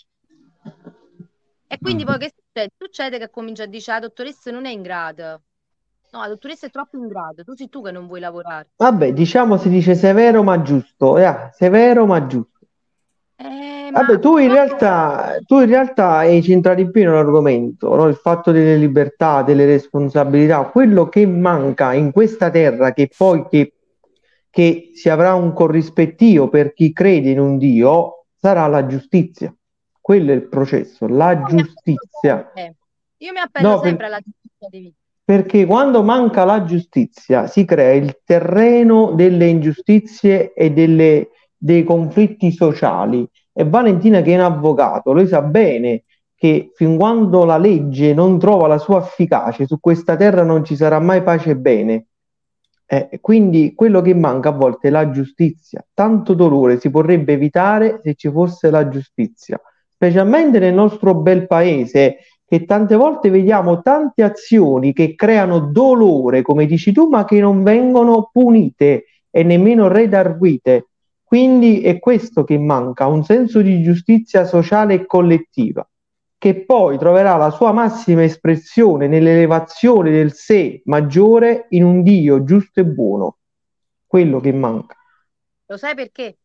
E quindi
Mm.
poi che succede? Succede che comincia a dire, "Ah, la dottoressa non è in grado. No, la dottoressa è troppo in grado, tu sei tu che non vuoi lavorare.
Vabbè, diciamo si dice severo ma giusto, eh, severo ma giusto.
Eh,
Vabbè,
ma
tu in
purtroppo
realtà, tu in realtà hai centrato in pieno l'argomento, no? Il fatto delle libertà, delle responsabilità, quello che manca in questa terra, che poi che, che si avrà un corrispettivo per chi crede in un Dio, sarà la giustizia. Quello è il processo, la
io mi appello
giustizia.
sempre, io mi appello
No, per-
sempre alla giustizia divina.
perché quando manca la giustizia si crea il terreno delle ingiustizie e delle- dei conflitti sociali. E Valentina, che è un avvocato, lui sa bene che fin quando la legge non trova la sua efficacia, su questa terra non ci sarà mai pace e bene. Eh, quindi quello che manca a volte è la giustizia. Tanto dolore si potrebbe evitare se ci fosse la giustizia, specialmente nel nostro bel paese, che tante volte vediamo tante azioni che creano dolore, come dici tu, ma che non vengono punite e nemmeno redarguite. Quindi è questo che manca, un senso di giustizia sociale e collettiva, che poi troverà la sua massima espressione nell'elevazione del sé maggiore in un Dio giusto e buono. Quello che manca.
Lo sai perché?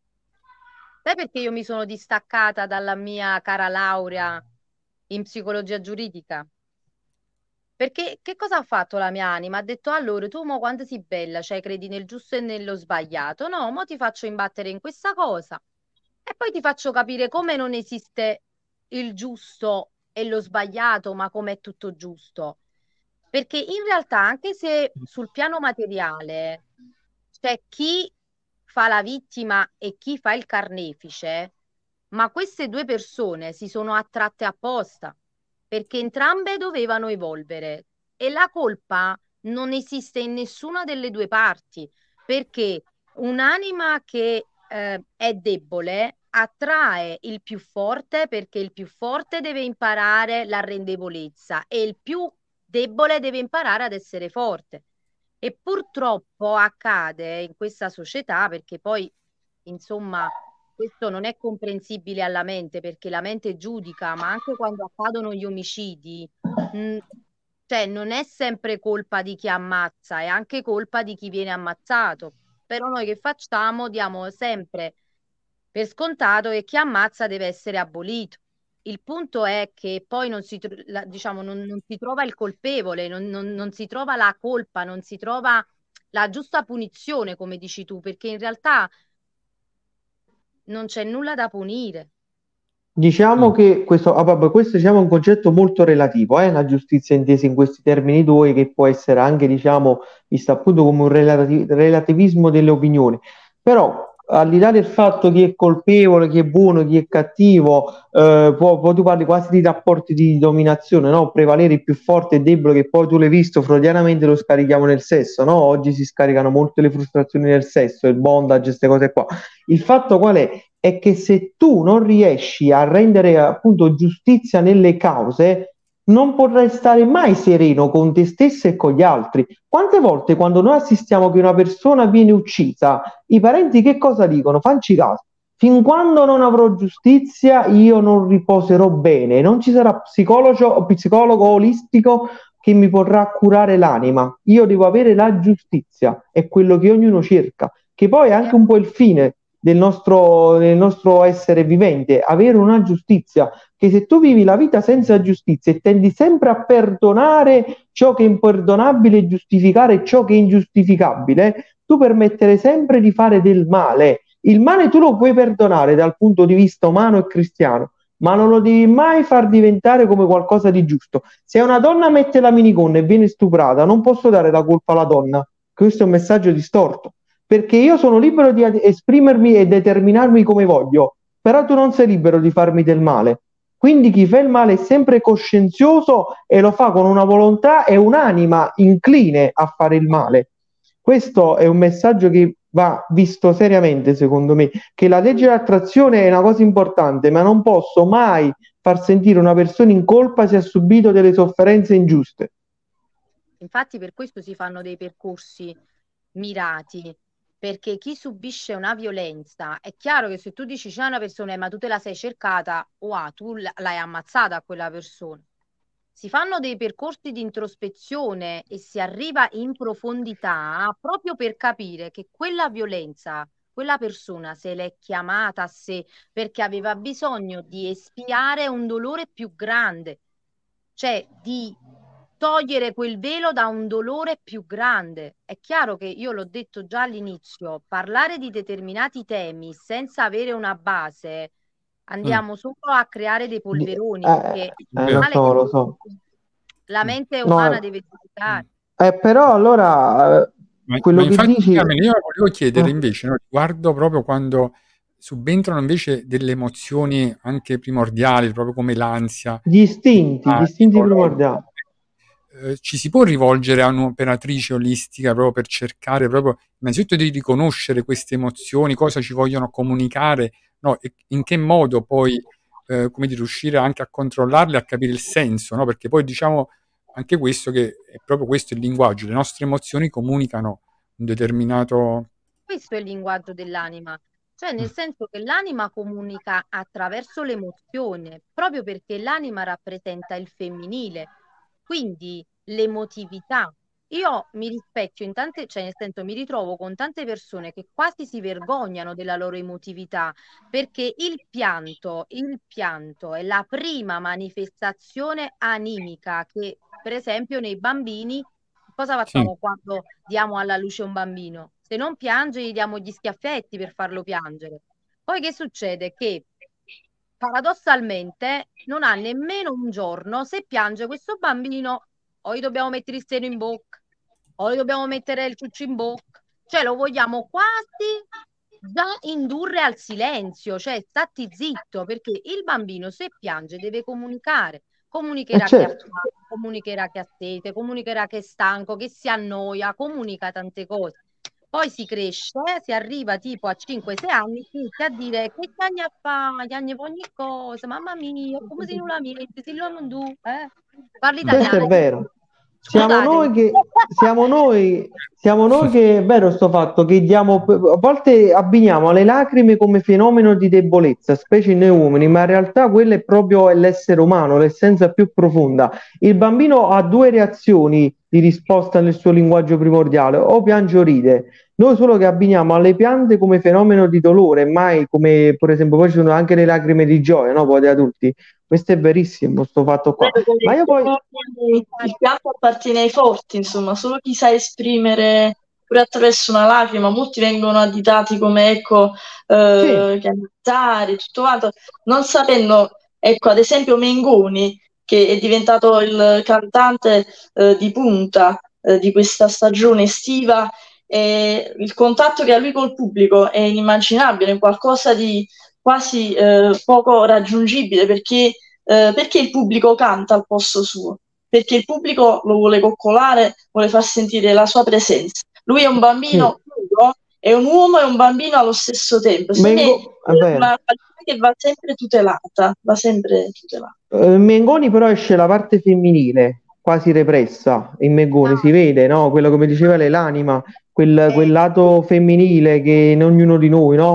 Sai perché io mi sono distaccata dalla mia cara laurea in psicologia giuridica? Perché che cosa ha fatto la mia anima? Ha detto allora tu mo quando sei bella, cioè credi nel giusto e nello sbagliato, no? Mo ti faccio imbattere in questa cosa e poi ti faccio capire come non esiste il giusto e lo sbagliato, ma com'è tutto giusto. Perché in realtà, anche se sul piano materiale c'è chi fa la vittima e chi fa il carnefice, ma queste due persone si sono attratte apposta perché entrambe dovevano evolvere e la colpa non esiste in nessuna delle due parti, perché un'anima che eh, è debole attrae il più forte perché il più forte deve imparare l'arrendevolezza e il più debole deve imparare ad essere forte. E purtroppo accade in questa società perché poi, insomma, questo non è comprensibile alla mente perché la mente giudica, ma anche quando accadono gli omicidi, mh, cioè non è sempre colpa di chi ammazza, è anche colpa di chi viene ammazzato. Però noi che facciamo? Diamo sempre per scontato che chi ammazza deve essere abolito. Il punto è che poi non si, tro- la- diciamo, non, non si trova il colpevole, non, non- non si trova la colpa, non si trova la giusta punizione, come dici tu, perché in realtà non c'è nulla da punire.
Diciamo
Mm.
che questo, ah, vabbè, questo diciamo, è un concetto molto relativo, eh, la giustizia intesa in questi termini tuoi, che può essere anche, diciamo, vista appunto come un relati- relativismo delle opinioni. Però, al di là del fatto chi è colpevole, chi è buono, chi è cattivo, eh, può, poi tu parli quasi di rapporti di dominazione, no? Prevalere il più forte e debole, che poi tu l'hai visto, freudianamente lo scarichiamo nel sesso, no? Oggi si scaricano molte le frustrazioni nel sesso, il bondage, queste cose qua. Il fatto qual è? È che se tu non riesci a rendere appunto giustizia nelle cause, non potrai stare mai sereno con te stesso e con gli altri. Quante volte quando noi assistiamo che una persona viene uccisa, i parenti che cosa dicono? Fanci caso. Fin quando non avrò giustizia, io non riposerò bene. Non ci sarà psicologo, psicologo olistico che mi potrà curare l'anima. Io devo avere la giustizia, è quello che ognuno cerca, che poi è anche un po' il fine del nostro, del nostro essere vivente, avere una giustizia, che se tu vivi la vita senza giustizia e tendi sempre a perdonare ciò che è imperdonabile e giustificare ciò che è ingiustificabile, tu permettere sempre di fare del male. Il male tu lo puoi perdonare dal punto di vista umano e cristiano, ma non lo devi mai far diventare come qualcosa di giusto. Se una donna mette la minigonna e viene stuprata, non posso dare la colpa alla donna. Questo è un messaggio distorto, perché io sono libero di esprimermi e determinarmi come voglio, però tu non sei libero di farmi del male. Quindi chi fa il male è sempre coscienzioso e lo fa con una volontà e un'anima incline a fare il male. Questo è un messaggio che va visto seriamente, secondo me, che la legge dell'attrazione è una cosa importante, ma non posso mai far sentire una persona in colpa se ha subito delle sofferenze ingiuste.
Infatti per questo si fanno dei percorsi mirati, perché chi subisce una violenza, è chiaro che se tu dici c'è una persona ma tu te la sei cercata, o ah, tu l'hai ammazzata a quella persona. Si fanno dei percorsi di introspezione e si arriva in profondità proprio per capire che quella violenza, quella persona se l'è chiamata a sé perché aveva bisogno di espiare un dolore più grande, cioè di togliere quel velo da un dolore più grande. È chiaro che io l'ho detto già all'inizio, parlare di determinati temi senza avere una base, andiamo mm. solo a creare dei polveroni,
eh,
perché
eh, lo so, lo so.
la mente umana no, deve giudicare.
Eh, però allora
ma,
quello
ma
che
infatti,
dici...
Io volevo chiedere invece, no, riguardo proprio quando subentrano invece delle emozioni anche primordiali, proprio come l'ansia,
gli istinti, gli istinti primordiali.
Eh, ci si può rivolgere a un'operatrice olistica proprio per cercare proprio innanzitutto di riconoscere queste emozioni, cosa ci vogliono comunicare, no? E in che modo poi eh, come dire, riuscire anche a controllarle, a capire il senso, no? Perché poi diciamo anche questo, che è proprio questo il linguaggio, le nostre emozioni comunicano un determinato...
Questo è il linguaggio dell'anima, cioè nel senso che l'anima comunica attraverso l'emozione, proprio perché l'anima rappresenta il femminile, quindi l'emotività. Io mi rispecchio in tante, cioè nel senso mi ritrovo con tante persone che quasi si vergognano della loro emotività, perché il pianto, il pianto è la prima manifestazione animica che, per esempio, nei bambini, cosa facciamo sì. quando diamo alla luce un bambino? Se non piange, gli diamo gli schiaffetti per farlo piangere. Poi che succede? Che paradossalmente non ha nemmeno un giorno, se piange questo bambino, o gli dobbiamo mettere il seno in bocca, o gli dobbiamo mettere il ciuccio in bocca, cioè lo vogliamo quasi già indurre al silenzio, cioè stati zitto, perché il bambino se piange deve comunicare, comunicherà eh certo. che ha fame, comunicherà che ha sete, comunicherà che è stanco, che si annoia, comunica tante cose. Poi si cresce, si arriva tipo a cinque sei anni, si inizia a dire che cagna a fare, cagna ogni cosa, mamma mia, come si non la mente, si lo non tu, eh? Parli italiano.
Questo è vero. Siamo noi, che, siamo noi, siamo noi che è vero sto fatto che diamo, a volte abbiniamo le lacrime come fenomeno di debolezza, specie noi uomini, ma in realtà quello è proprio l'essere umano, l'essenza più profonda. Il bambino ha due reazioni di risposta nel suo linguaggio primordiale, o piange o ride. Noi solo che abbiniamo alle piante come fenomeno di dolore, mai come, per esempio, poi ci sono anche le lacrime di gioia, no? Poi di adulti. Questo è verissimo, sto fatto qua. Ma io poi...
Il pianto appartiene ai forti, insomma, solo chi sa esprimere pure attraverso una lacrima. Molti vengono additati come, ecco, eh, sì. cantare, tutto quanto, non sapendo, ecco, ad esempio Mengoni, che è diventato il cantante eh, di punta eh, di questa stagione estiva, e il contatto che ha lui col pubblico è inimmaginabile, è qualcosa di quasi eh, poco raggiungibile, perché, eh, perché il pubblico canta al posto suo, perché il pubblico lo vuole coccolare, vuole far sentire la sua presenza. Lui è un bambino puro, è un uomo e un bambino allo stesso tempo.
Mengo...
è una qualità che va sempre tutelata, va sempre tutelata.
Uh, Mengoni però esce la parte femminile, quasi repressa, in Mengoni ah. si vede, no? Quello come diceva lei, l'anima, quel, quel lato femminile che in ognuno di noi, no?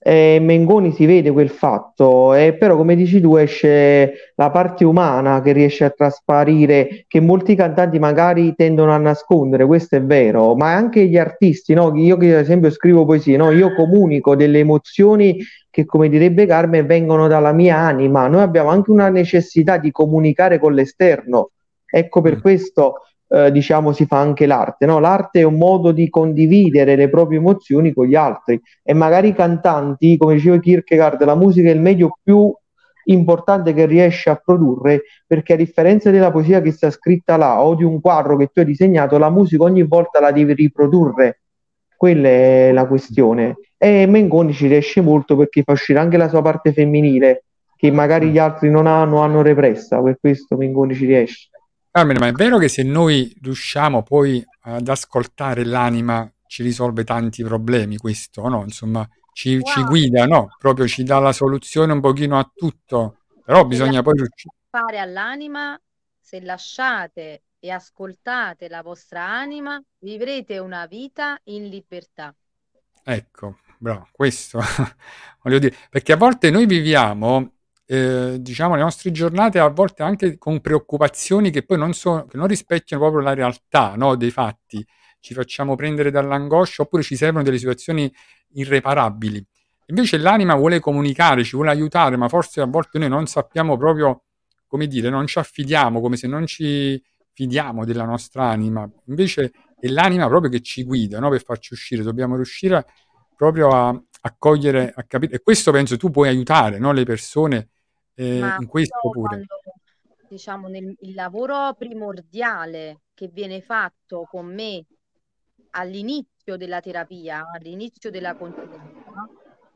e Mengoni si vede quel fatto, e però come dici tu esce la parte umana che riesce a trasparire, che molti cantanti magari tendono a nascondere, questo è vero, ma anche gli artisti, no? Io che ad esempio scrivo poesie, no? Io comunico delle emozioni che, come direbbe Carmen, vengono dalla mia anima. Noi abbiamo anche una necessità di comunicare con l'esterno. Ecco, per
Mm.
questo eh, diciamo si fa anche l'arte, no? L'arte è un modo di condividere le proprie emozioni con gli altri, e magari i cantanti, come diceva Kierkegaard, la musica è il medio più importante che riesce a produrre, perché a differenza della poesia che sta scritta là o di un quadro che tu hai disegnato, la musica ogni volta la devi riprodurre. Quella è la questione. E Mengoni ci riesce molto perché fa uscire anche la sua parte femminile, che magari gli altri non hanno, hanno repressa, per questo Mengoni ci riesce.
Carmine, ma è vero che se noi riusciamo poi ad ascoltare l'anima ci risolve tanti problemi questo, no? Insomma, ci, ci
Wow,
guida, no? Proprio ci dà la soluzione un pochino a tutto, però
se
bisogna poi
lasciate
riuscire.
fare all'anima, se lasciate e ascoltate la vostra anima, vivrete una vita in libertà.
Ecco, bravo, questo voglio dire, perché a volte noi viviamo, eh, diciamo, le nostre giornate a volte anche con preoccupazioni che poi non sono, che non rispecchiano proprio la realtà, no, dei fatti. Ci facciamo prendere dall'angoscia oppure ci servono delle situazioni irreparabili. Invece l'anima vuole comunicare, ci vuole aiutare, ma forse a volte noi non sappiamo proprio, come dire, non ci affidiamo, come se non ci fidiamo della nostra anima. Invece è l'anima proprio che ci guida, no? Per farci uscire, dobbiamo riuscire proprio a, a cogliere, a capire, e questo penso tu puoi aiutare, no? Le persone eh,
Ma
in questo
io
pure.
quando, diciamo, nel, il lavoro primordiale che viene fatto con me all'inizio della terapia, all'inizio della consulenza,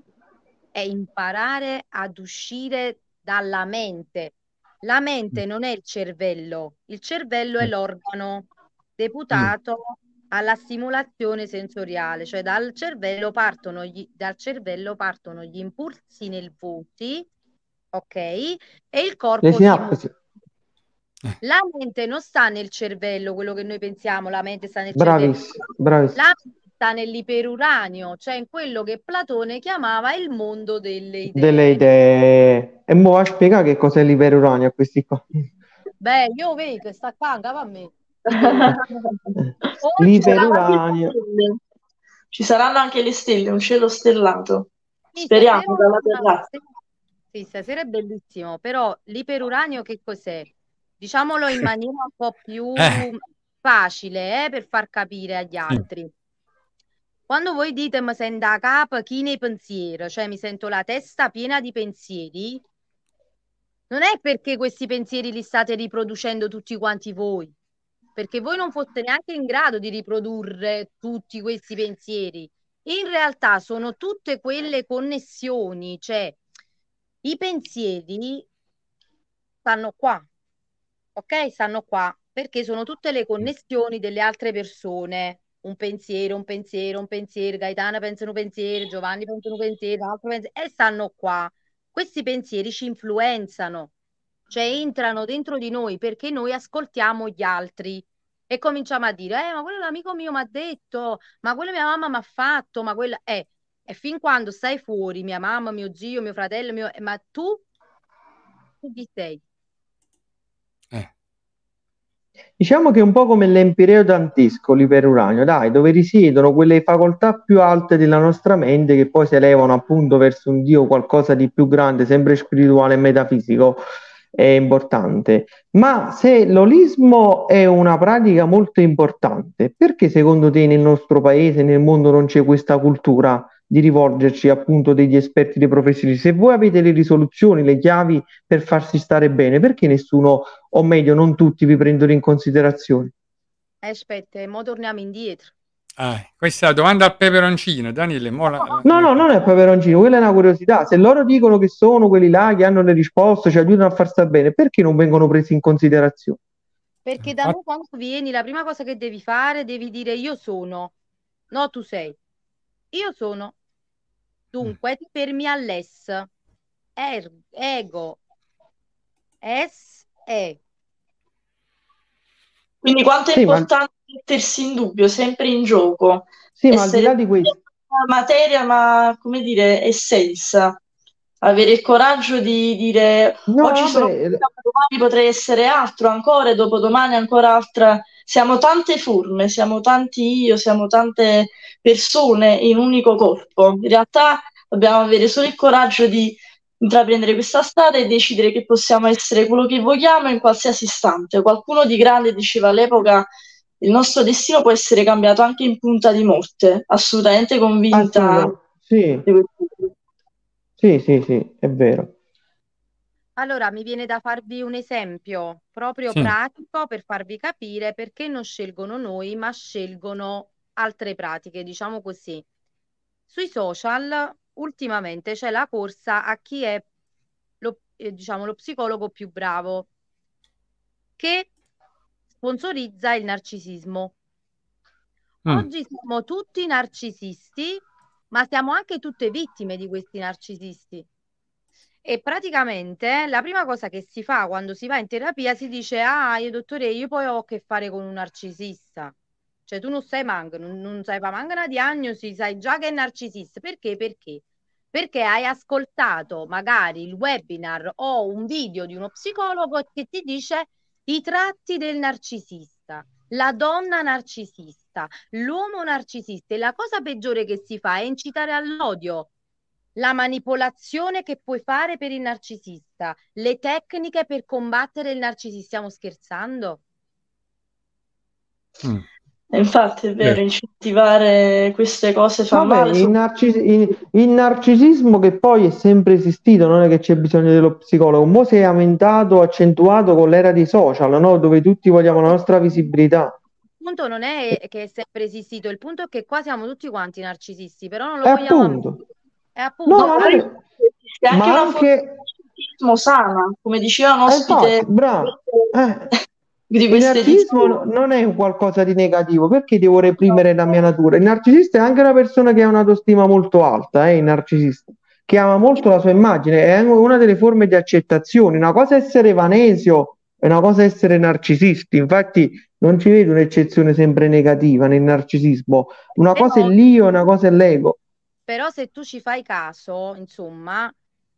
è imparare ad uscire dalla mente. La mente non è il cervello, il cervello è
Mm,
l'organo
mm,
deputato alla stimolazione sensoriale, cioè dal cervello partono gli, dal cervello partono gli impulsi nervosi, ok? E il
Le
corpo si muove.
sinapsi,
eh,
La mente non sta nel cervello, quello che noi pensiamo, la mente sta nel cervello.
bravissimo, bravissimo.
La mente sta nell'iperuranio, cioè in quello che Platone chiamava il mondo delle
Delle
idee.
idee. E mo va a spiegare che cos'è l'iperuranio a questi qua.
Beh, io vedo che sta qua, a me. Io. O
Ci
c'è
saranno anche le
L'iperuranio.
stelle. Ci saranno anche le stelle, un cielo stellato.
Sì, stasera,
Speriamo dalla terrazza.
sì, stasera è bellissimo, però l'iperuranio che cos'è? Diciamolo in maniera un po' più
eh,
facile, eh, per far capire agli
sì,
altri. Quando voi dite mi sento a capo, chi nei pensieri, cioè mi sento la testa piena di pensieri, non è perché questi pensieri li state riproducendo tutti quanti voi, perché voi non foste neanche in grado di riprodurre tutti questi pensieri. In realtà sono tutte quelle connessioni, cioè i pensieri stanno qua, ok? Stanno qua perché sono tutte le connessioni delle altre persone. Un pensiero, un pensiero, un pensiero, Gaetana pensa un pensiero, Giovanni pensa un pensiero, un altro pensiero, e stanno qua. Questi pensieri ci influenzano, cioè entrano dentro di noi perché noi ascoltiamo gli altri e cominciamo a dire, eh, ma quello l'amico mio mi ha detto, ma quello mia mamma mi ha fatto, ma quella... Eh, e fin quando stai fuori, mia mamma, mio zio, mio fratello, mio... eh, ma tu, tu chi sei?
eh.
Diciamo che è un po' come l'empireo dantesco, l'iperuranio, dai, dove risiedono quelle facoltà più alte della nostra mente che poi si elevano appunto verso un Dio, qualcosa di più grande, sempre spirituale e metafisico, è importante. Ma se l'olismo è una pratica molto importante, perché secondo te nel nostro paese, nel mondo, non c'è questa cultura di rivolgerci appunto degli esperti, dei professionisti? Se voi avete le risoluzioni, le chiavi per farsi stare bene, perché nessuno, o meglio non tutti, vi prendono in considerazione?
Eh, aspetta, mo torniamo indietro.
Ah, questa è la domanda a peperoncino, Daniele. Mo la- la-
No, no, non è peperoncino, quella è una curiosità. Se loro dicono che sono quelli là che hanno le risposte, ci aiutano a far stare bene, perché non vengono presi in considerazione?
Perché da noi quando vieni, la prima cosa che devi fare, devi dire io sono, no tu sei. Io sono. Dunque, ti fermi all'es. Er- ego, es, e.
Quindi quanto è
Sì, ma,
importante mettersi in dubbio, sempre in gioco,
sì, ma al di
essere
là di questo,
materia, ma come dire, essenza. Avere il coraggio di dire
No,
oggi sono
vabbè,
questa, ma domani potrei essere altro ancora, e dopodomani ancora altra. Siamo tante forme, siamo tanti io, siamo tante persone in un unico corpo. In realtà dobbiamo avere solo il coraggio di intraprendere questa strada e decidere che possiamo essere quello che vogliamo in qualsiasi istante. Qualcuno di grande diceva all'epoca: il nostro destino può essere cambiato anche in punta di morte. Assolutamente convinta
assolutamente. Sì,
di questo.
sì, sì, sì, è vero.
Allora, mi viene da farvi un esempio proprio
Sì.
pratico per farvi capire perché non scelgono noi, ma scelgono altre pratiche, diciamo così. Sui social ultimamente c'è la corsa a chi è lo, eh, diciamo, lo psicologo più bravo, che sponsorizza il narcisismo.
Mm.
Oggi siamo tutti narcisisti, ma siamo anche tutte vittime di questi narcisisti. E praticamente la prima cosa che si fa quando si va in terapia si dice: ah, io dottore, io poi ho a che fare con un narcisista. Cioè tu non sai manco, non, non sai fa manco una diagnosi, sai già che è narcisista. Perché? Perché? Perché hai ascoltato magari il webinar o un video di uno psicologo che ti dice i tratti del narcisista, la donna narcisista, l'uomo narcisista. E la cosa peggiore che si fa è incitare all'odio. La manipolazione che puoi fare per il narcisista, le tecniche per combattere il narcisista. Stiamo scherzando?
Mm.
Infatti è vero,
Vero.
incentivare queste cose fa
Vabbè,
male.
il,
so-
narcis- il- il narcisismo che poi è sempre esistito, non è che c'è bisogno dello psicologo, mo si è aumentato, accentuato con l'era dei social, no? Dove tutti vogliamo la nostra visibilità.
Il punto non è che è sempre esistito, il punto è che qua siamo tutti quanti narcisisti, però non lo
E
vogliamo ammettere.
appunto,
E
no,
appunto,
ma,
Magari
non è-
esiste anche
ma
una forma di
anche,
narcisismo sana, come diceva un
eh,
ospite
infatti, bravo, eh,
di
il
questa
narcisismo
edizione.
no- non è un qualcosa di negativo, perché devo reprimere la mia natura? Il narcisista è anche una persona che ha un'autostima molto alta, eh, il narcisista, che ama molto la sua immagine, è anche una delle forme di accettazione. Una cosa è essere vanesio e una cosa è essere narcisisti. Infatti non ci vedo un'eccezione sempre negativa nel narcisismo. Una cosa è
però,
l'io e una cosa è l'ego.
però se tu ci fai caso, insomma,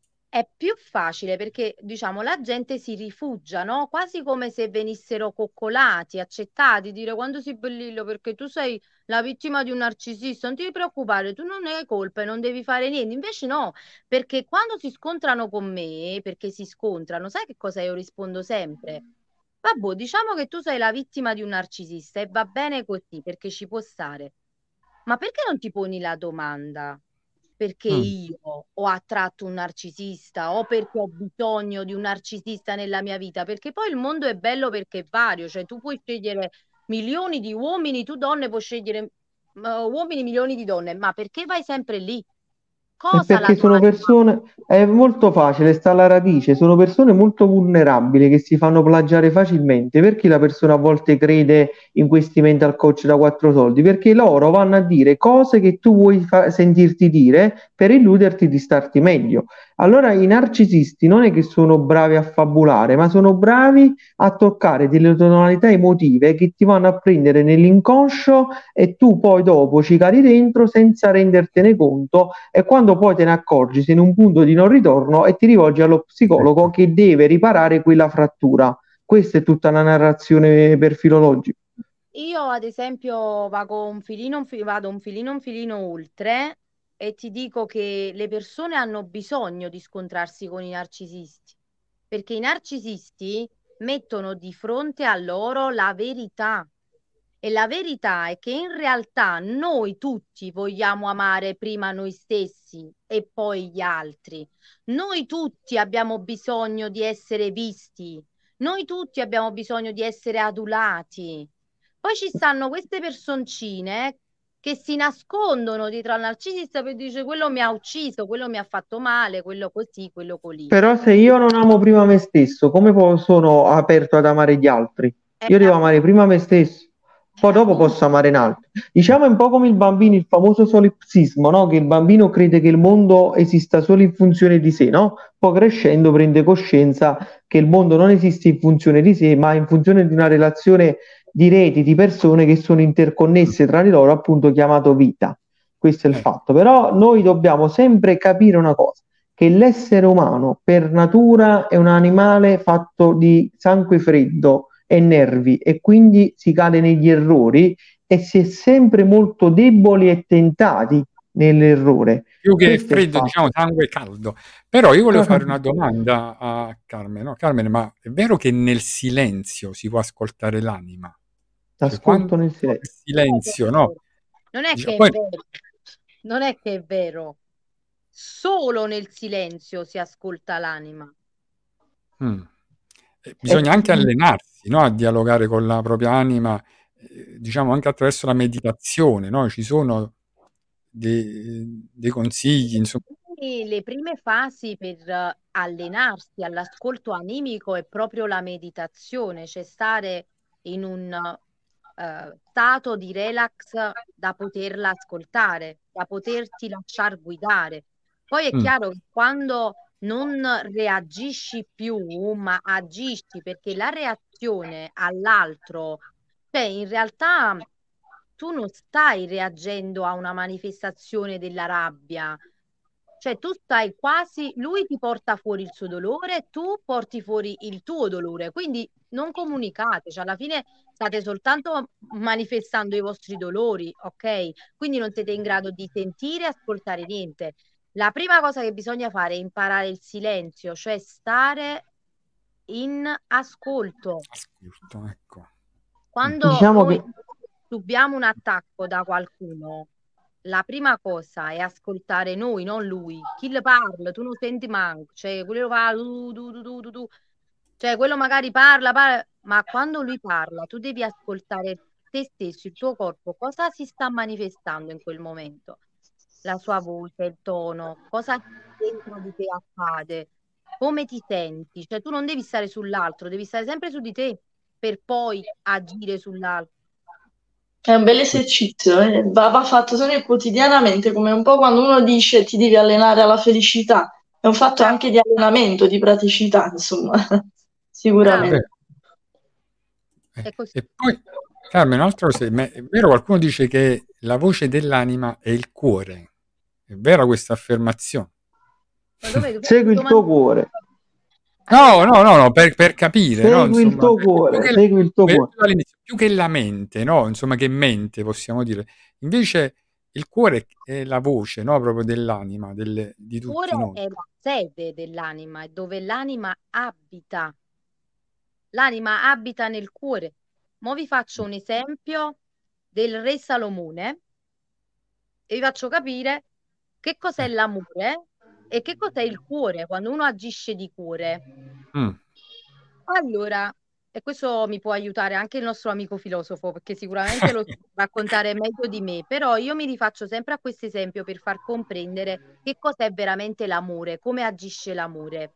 è più facile perché, diciamo, la gente si rifugia, no? Quasi come se venissero coccolati, accettati, dire quando si bellillo perché tu sei la vittima di un narcisista, non ti preoccupare, tu non hai colpa e non devi fare niente. Invece no, perché quando si scontrano con me, perché si scontrano, sai che cosa io rispondo sempre? Vabbè, diciamo che tu sei la vittima di un narcisista e va bene così, perché ci può stare. Ma perché non ti poni la domanda? Perché
Mm.
io ho attratto un narcisista o perché ho bisogno di un narcisista nella mia vita? Perché poi il mondo è bello perché è vario, cioè tu puoi scegliere milioni di uomini, tu donne puoi scegliere uh, uomini, milioni di donne, ma perché vai sempre lì?
È
Cosa la
perché
tua
sono
anima?
persone, è molto facile, sta alla radice, sono persone molto vulnerabili che si fanno plagiare facilmente. Perché la persona a volte crede in questi mental coach da quattro soldi? Perché loro vanno a dire cose che tu vuoi fa- sentirti dire per illuderti di starti meglio. Allora i narcisisti non è che sono bravi a fabulare, ma sono bravi a toccare delle tonalità emotive che ti vanno a prendere nell'inconscio e tu poi dopo ci cadi dentro senza rendertene conto, e quando poi te ne accorgi sei in un punto di non ritorno e ti rivolgi allo psicologo
Ecco.
che deve riparare quella frattura. Questa è tutta la narrazione per filologico.
Io, ad esempio, vado un filino, un fi- vado un filino, un filino oltre e ti dico che le persone hanno bisogno di scontrarsi con i narcisisti, perché i narcisisti mettono di fronte a loro la verità. E la verità è che in realtà noi tutti vogliamo amare prima noi stessi e poi gli altri. Noi tutti abbiamo bisogno di essere visti. Noi tutti abbiamo bisogno di essere adulati. Poi ci stanno queste personcine che si nascondono dietro al narcisista per dire quello mi ha ucciso, quello mi ha fatto male, quello così, quello così.
Però se io non amo prima me stesso, come po- sono aperto ad amare gli altri?
È
Io devo amare
appunto,
prima me stesso,
è
poi dopo
appunto.
posso amare un altro. Diciamo è un po' come il bambino, il famoso solipsismo, no? Che il bambino crede che il mondo esista solo in funzione di sé, no? Poi crescendo prende coscienza che il mondo non esiste in funzione di sé, ma in funzione di una relazione di reti, di persone che sono interconnesse tra di loro, appunto chiamato vita. questo è il
Eh.
fatto. Però noi dobbiamo sempre capire una cosa, che l'essere umano per natura è un animale fatto di sangue freddo e nervi, e quindi si cade negli errori e si è sempre molto deboli e tentati nell'errore.
Più che
Questo è il
freddo,
fatto.
diciamo sangue caldo. Però io volevo fare una
Capito?
domanda a Carmen, no? Carmen, ma è vero che nel silenzio si può ascoltare l'anima? Cioè,
Ascolto
quando
nel
c'è
silenzio.
silenzio, no?
Non è
Diciamo,
che è
poi,
vero, non è che è vero. Solo nel silenzio si ascolta l'anima.
mm, eh,
E
bisogna anche allenarsi, no? A dialogare con la propria anima, eh, diciamo anche attraverso la meditazione, no? Ci sono dei, dei consigli, insomma.
E le prime fasi per eh, allenarsi all'ascolto animico è proprio la meditazione, cioè stare in un eh, stato di relax da poterla ascoltare, da poterti lasciar guidare. Poi è
Mm,
chiaro che quando non reagisci più, ma agisci, perché la reazione all'altro, cioè in realtà tu non stai reagendo a una manifestazione della rabbia, cioè tu stai quasi, lui ti porta fuori il suo dolore, tu porti fuori il tuo dolore, quindi non comunicate, cioè alla fine state soltanto manifestando i vostri dolori, ok? Quindi non siete in grado di sentire e ascoltare niente. La prima cosa che bisogna fare è imparare il silenzio, cioè stare in ascolto.
ascolto, ecco.
Quando
diciamo
noi
che
subiamo un attacco da qualcuno, la prima cosa è ascoltare noi, non lui. Chi le parla, tu non senti manco, cioè quello fa tu, tu, tu, tu, tu, tu. Cioè quello magari parla, parla, ma quando lui parla, tu devi ascoltare te stesso, il tuo corpo, cosa si sta manifestando in quel momento, la sua voce, il tono, cosa dentro di te accade, come ti senti, cioè tu non devi stare sull'altro, devi stare sempre su di te per poi agire sull'altro.
È un bel esercizio, eh. Va, va fatto secondo me quotidianamente, come un po' quando uno dice ti devi allenare alla felicità, è un fatto
Bravo,
anche di allenamento, di praticità, insomma,
È
sicuramente.
vero.
è
Eh,
così.
E poi, Carmen, un'altra cosa, ma è vero, qualcuno dice che la voce dell'anima è il cuore. È vera questa affermazione?
Ma dove tu
segui il tuo cuore,
No,
allora,
no, no, no, per, per capire, no?
segui il
Insomma,
tuo
perché più
cuore,
che,
segui il tuo
come hai
cuore.
detto all'inizio, più che la mente, no? Insomma, che mente, possiamo dire. Invece il cuore è la voce, no? Proprio dell'anima, delle- di
il cuore
tutti noi.
è la sede dell'anima, è dove l'anima abita. L'anima abita nel cuore. Mo' vi faccio un esempio del re Salomone e vi faccio capire che cos'è
Eh,
l'amore e che cos'è il cuore, quando uno agisce di cuore.
mm,
Allora, e questo mi può aiutare anche il nostro amico filosofo, perché sicuramente lo sa raccontare meglio di me, però io mi rifaccio sempre a questo esempio per far comprendere che cos'è veramente l'amore, come agisce l'amore.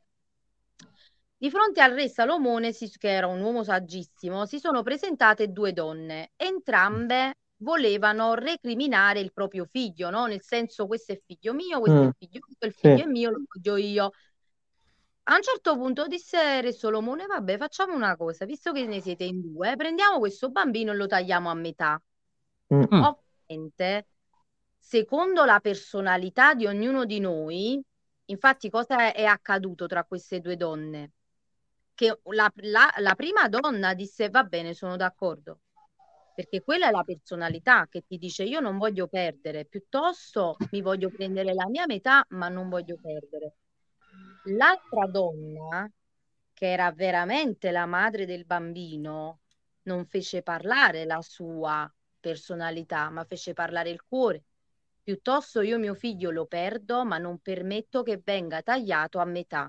Di fronte al re Salomone, si- che era un uomo saggissimo, si sono presentate due donne. Entrambe volevano recriminare il proprio figlio, no? Nel senso, questo è figlio mio, questo è
Mm,
figlio mio, quel figlio è
sì.
mio, lo voglio io. A un certo punto disse Re Solomone, vabbè, facciamo una cosa, visto che ne siete in due, prendiamo questo bambino e lo tagliamo a metà.
Mm.
mm,
Ovviamente, secondo la personalità di ognuno di noi, infatti cosa è accaduto tra queste due donne? Che la, la- la prima donna disse, va bene, sono d'accordo, perché quella è la personalità che ti dice, io non voglio perdere, piuttosto mi voglio prendere la mia metà, ma non voglio perdere. L'altra donna, che era veramente la madre del bambino, non fece parlare la sua personalità, ma fece parlare il cuore. Piuttosto io mio figlio lo perdo, ma non permetto che venga tagliato a metà.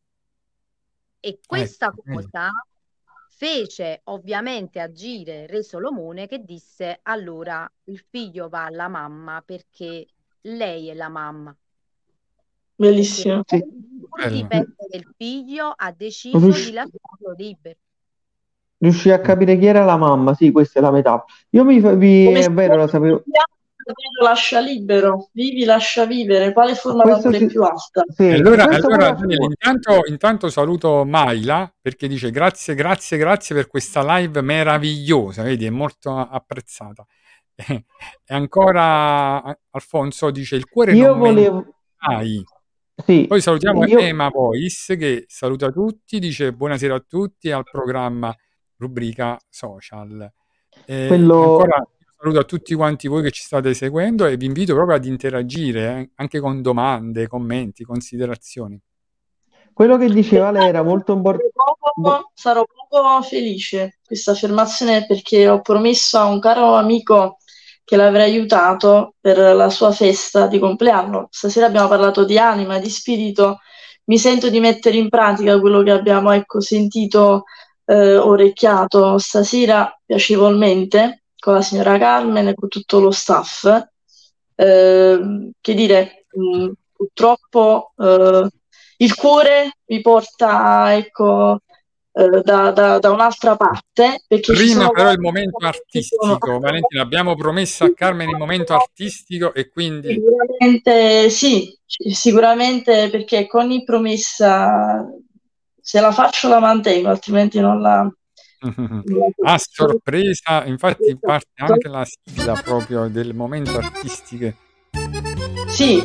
E questa
ecco, vedi.
cosa fece ovviamente agire Re Solomone, che disse allora il figlio va alla mamma perché lei è la mamma. Perché
Bellissimo.
Sì.
pur di
Bello.
perdere il figlio ha deciso di
Riusci-
lasciarlo libero.
riuscii a
Mm.
capire chi era la mamma, sì, questa è la metà. Io mi, vi,
Come
è vero, la sapevo.
Lo lascia libero, vivi, lascia vivere. Quale forma
Questo
d'amore
sì,
più alta?
sì,
E allora,
questo pure
allora
a
Daniele,
scuola.
intanto, intanto saluto Maila perché dice grazie, grazie, grazie per questa live meravigliosa, vedi, è molto apprezzata. E ancora Alfonso dice: il cuore
Io
non
volevo...
mente mai.
Sì,
Poi salutiamo
io...
Ema Voice che saluta tutti, dice buonasera a tutti al programma rubrica social. E
Quello...
ancora saluto a tutti quanti voi che ci state seguendo e vi invito proprio ad interagire eh, anche con domande, commenti, considerazioni.
Quello che diceva lei era molto importante.
Poco- sarò poco felice questa affermazione perché ho promesso a un caro amico che l'avrei aiutato per la sua festa di compleanno. Stasera abbiamo parlato di anima, di spirito. Mi sento di mettere in pratica quello che abbiamo, ecco, sentito, eh, orecchiato stasera piacevolmente con la signora Carmen e con tutto lo staff. Eh, che dire, mh, purtroppo eh, il cuore mi porta, ecco, eh, da, da- da un'altra parte, perché ci
Prima
sono
però il
cose
momento
che sono
artistico, Valentina, abbiamo promesso a Carmen il momento artistico e quindi
sicuramente sì, ci- sicuramente perché con ogni promessa se la faccio la mantengo, altrimenti non la, non la
a
faccio.
sorpresa, infatti parte anche la sigla proprio del momento artistico.
Sì.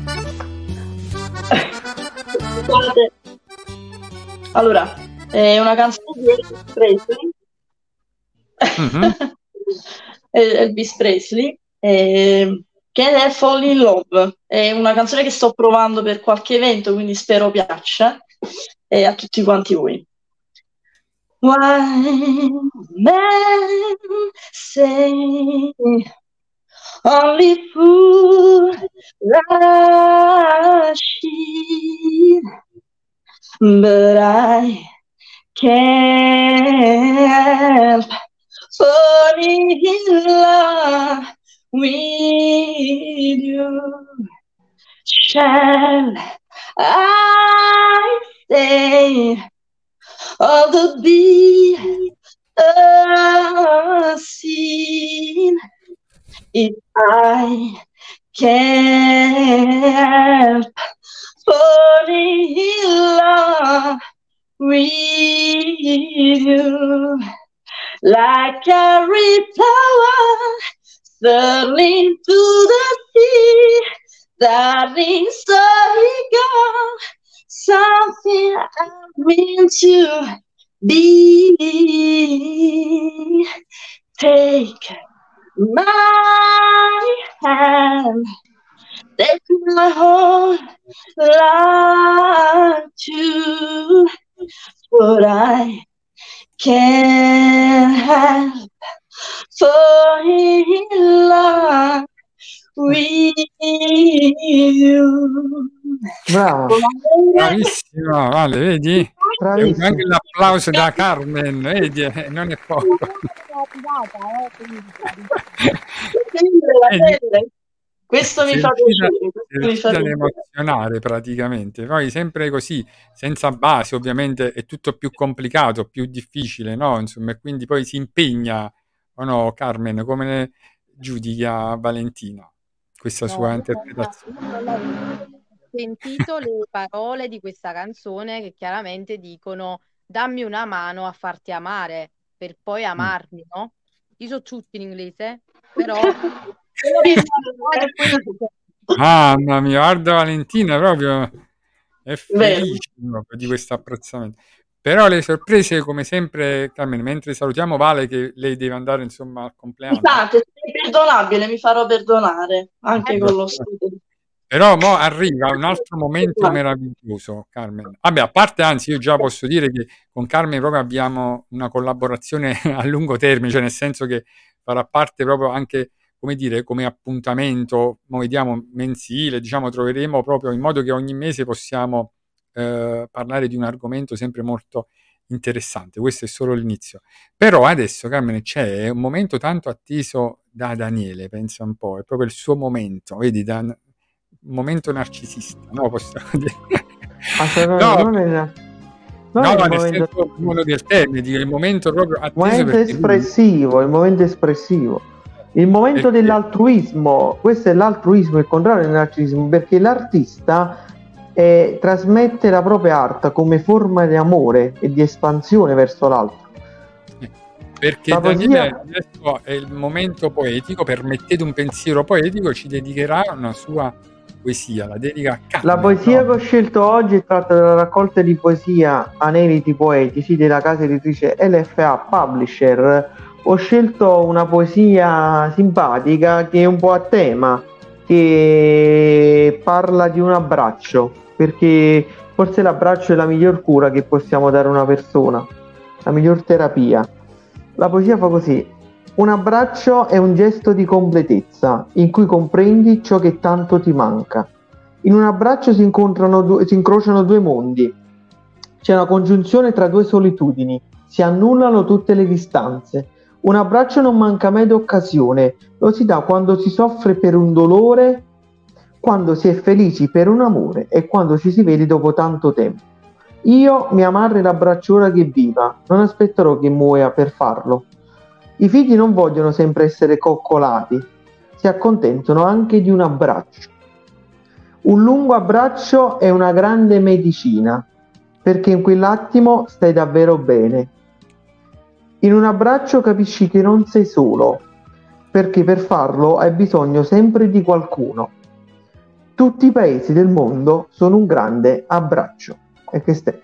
Scusate. Allora, è una canzone di Elvis Presley.
Mhm.
Elvis Presley, eh, che è Fall in Love. È una canzone che sto provando per qualche evento, quindi spero piaccia e a tutti quanti voi. Why men say only fool rush, but I can't fall in love with you. Shall I stay all the be unseen if I can't fall in love with you? Like a flower swirling to the sea, darling, so gone, something I'm meant to be. Take my hand, take my whole life too, but I can't help falling in love with you.
Bravo,
Bravissima, Vale, vedi? E
bravissimo.
anche l'applauso da Carmen, vedi? Eh, non è poco. Vedi?
Questo mi
Si
fa
riuscita,
piacere.
si
Questo mi fa
riuscita ad
piacere.
emozionare praticamente. Poi sempre così, senza base, ovviamente è tutto più complicato, più difficile, no? Insomma, e quindi poi si impegna, o no, Carmen, come ne giudica Valentina questa
No,
sua
io non,
interpretazione?
io non l'avevo sentito le parole di questa canzone che chiaramente dicono dammi una mano a farti amare per poi
Mm.
amarmi, no? Io so tutti in inglese, però quello che mi ha è questo.
Mamma mia, guarda Valentina proprio è
Vero.
felice proprio di questo apprezzamento. Però le sorprese, come sempre, Carmen, mentre salutiamo Vale che lei deve andare insomma al compleanno.
Scusate, sei perdonabile, mi farò perdonare anche con lo studio.
Però mo arriva un altro momento meraviglioso, Carmen. Vabbè, a parte, anzi, io già posso dire che con Carmen proprio abbiamo una collaborazione a lungo termine, cioè nel senso che farà parte proprio anche, come dire, come appuntamento, mo vediamo, mensile, diciamo, troveremo proprio in modo che ogni mese possiamo eh, parlare di un argomento sempre molto interessante. Questo è solo l'inizio. Però adesso, Carmen, c'è un momento tanto atteso da Daniele, pensa un po', è proprio il suo momento, vedi, Dan, un momento narcisista, no? Possiamo dire.
Assolutamente,
No,
non è, non
no,
è il
nel
momento,
senso buono del termine, dico, il momento proprio
il
atteso
momento
perché lui-
espressivo, il momento espressivo, il momento
Perché?
dell'altruismo. Questo è l'altruismo, il contrario del narcisismo, perché l'artista eh, trasmette la propria arte come forma di amore e di espansione verso l'altro.
perché
La
Daniele
poesia,
adesso è il momento poetico, permettete un pensiero poetico, ci dedicherà una sua poesia, la dedica a
la
Carmen,
poesia
no?
che ho scelto oggi è tratta dalla raccolta di poesia Aneliti Poetici della casa editrice L F A Publisher. Ho scelto una poesia simpatica che è un po' a tema, che parla di un abbraccio, perché forse l'abbraccio è la miglior cura che possiamo dare a una persona, la miglior terapia. La poesia fa così: un abbraccio è un gesto di completezza in cui comprendi ciò che tanto ti manca. In un abbraccio si incontrano due, si incrociano due mondi. C'è una congiunzione tra due solitudini, si annullano tutte le distanze. Un abbraccio non manca mai d'occasione, lo si dà quando si soffre per un dolore, quando si è felici per un amore e quando ci si vede dopo tanto tempo. Io mia madre l'abbraccio ora che viva, non aspetterò che muoia per farlo. I figli non vogliono sempre essere coccolati, si accontentano anche di un abbraccio. Un lungo abbraccio è una grande medicina, perché in quell'attimo stai davvero bene. In un abbraccio capisci che non sei solo, perché per farlo hai bisogno sempre di qualcuno. Tutti i paesi del mondo sono un grande abbraccio. E che stai?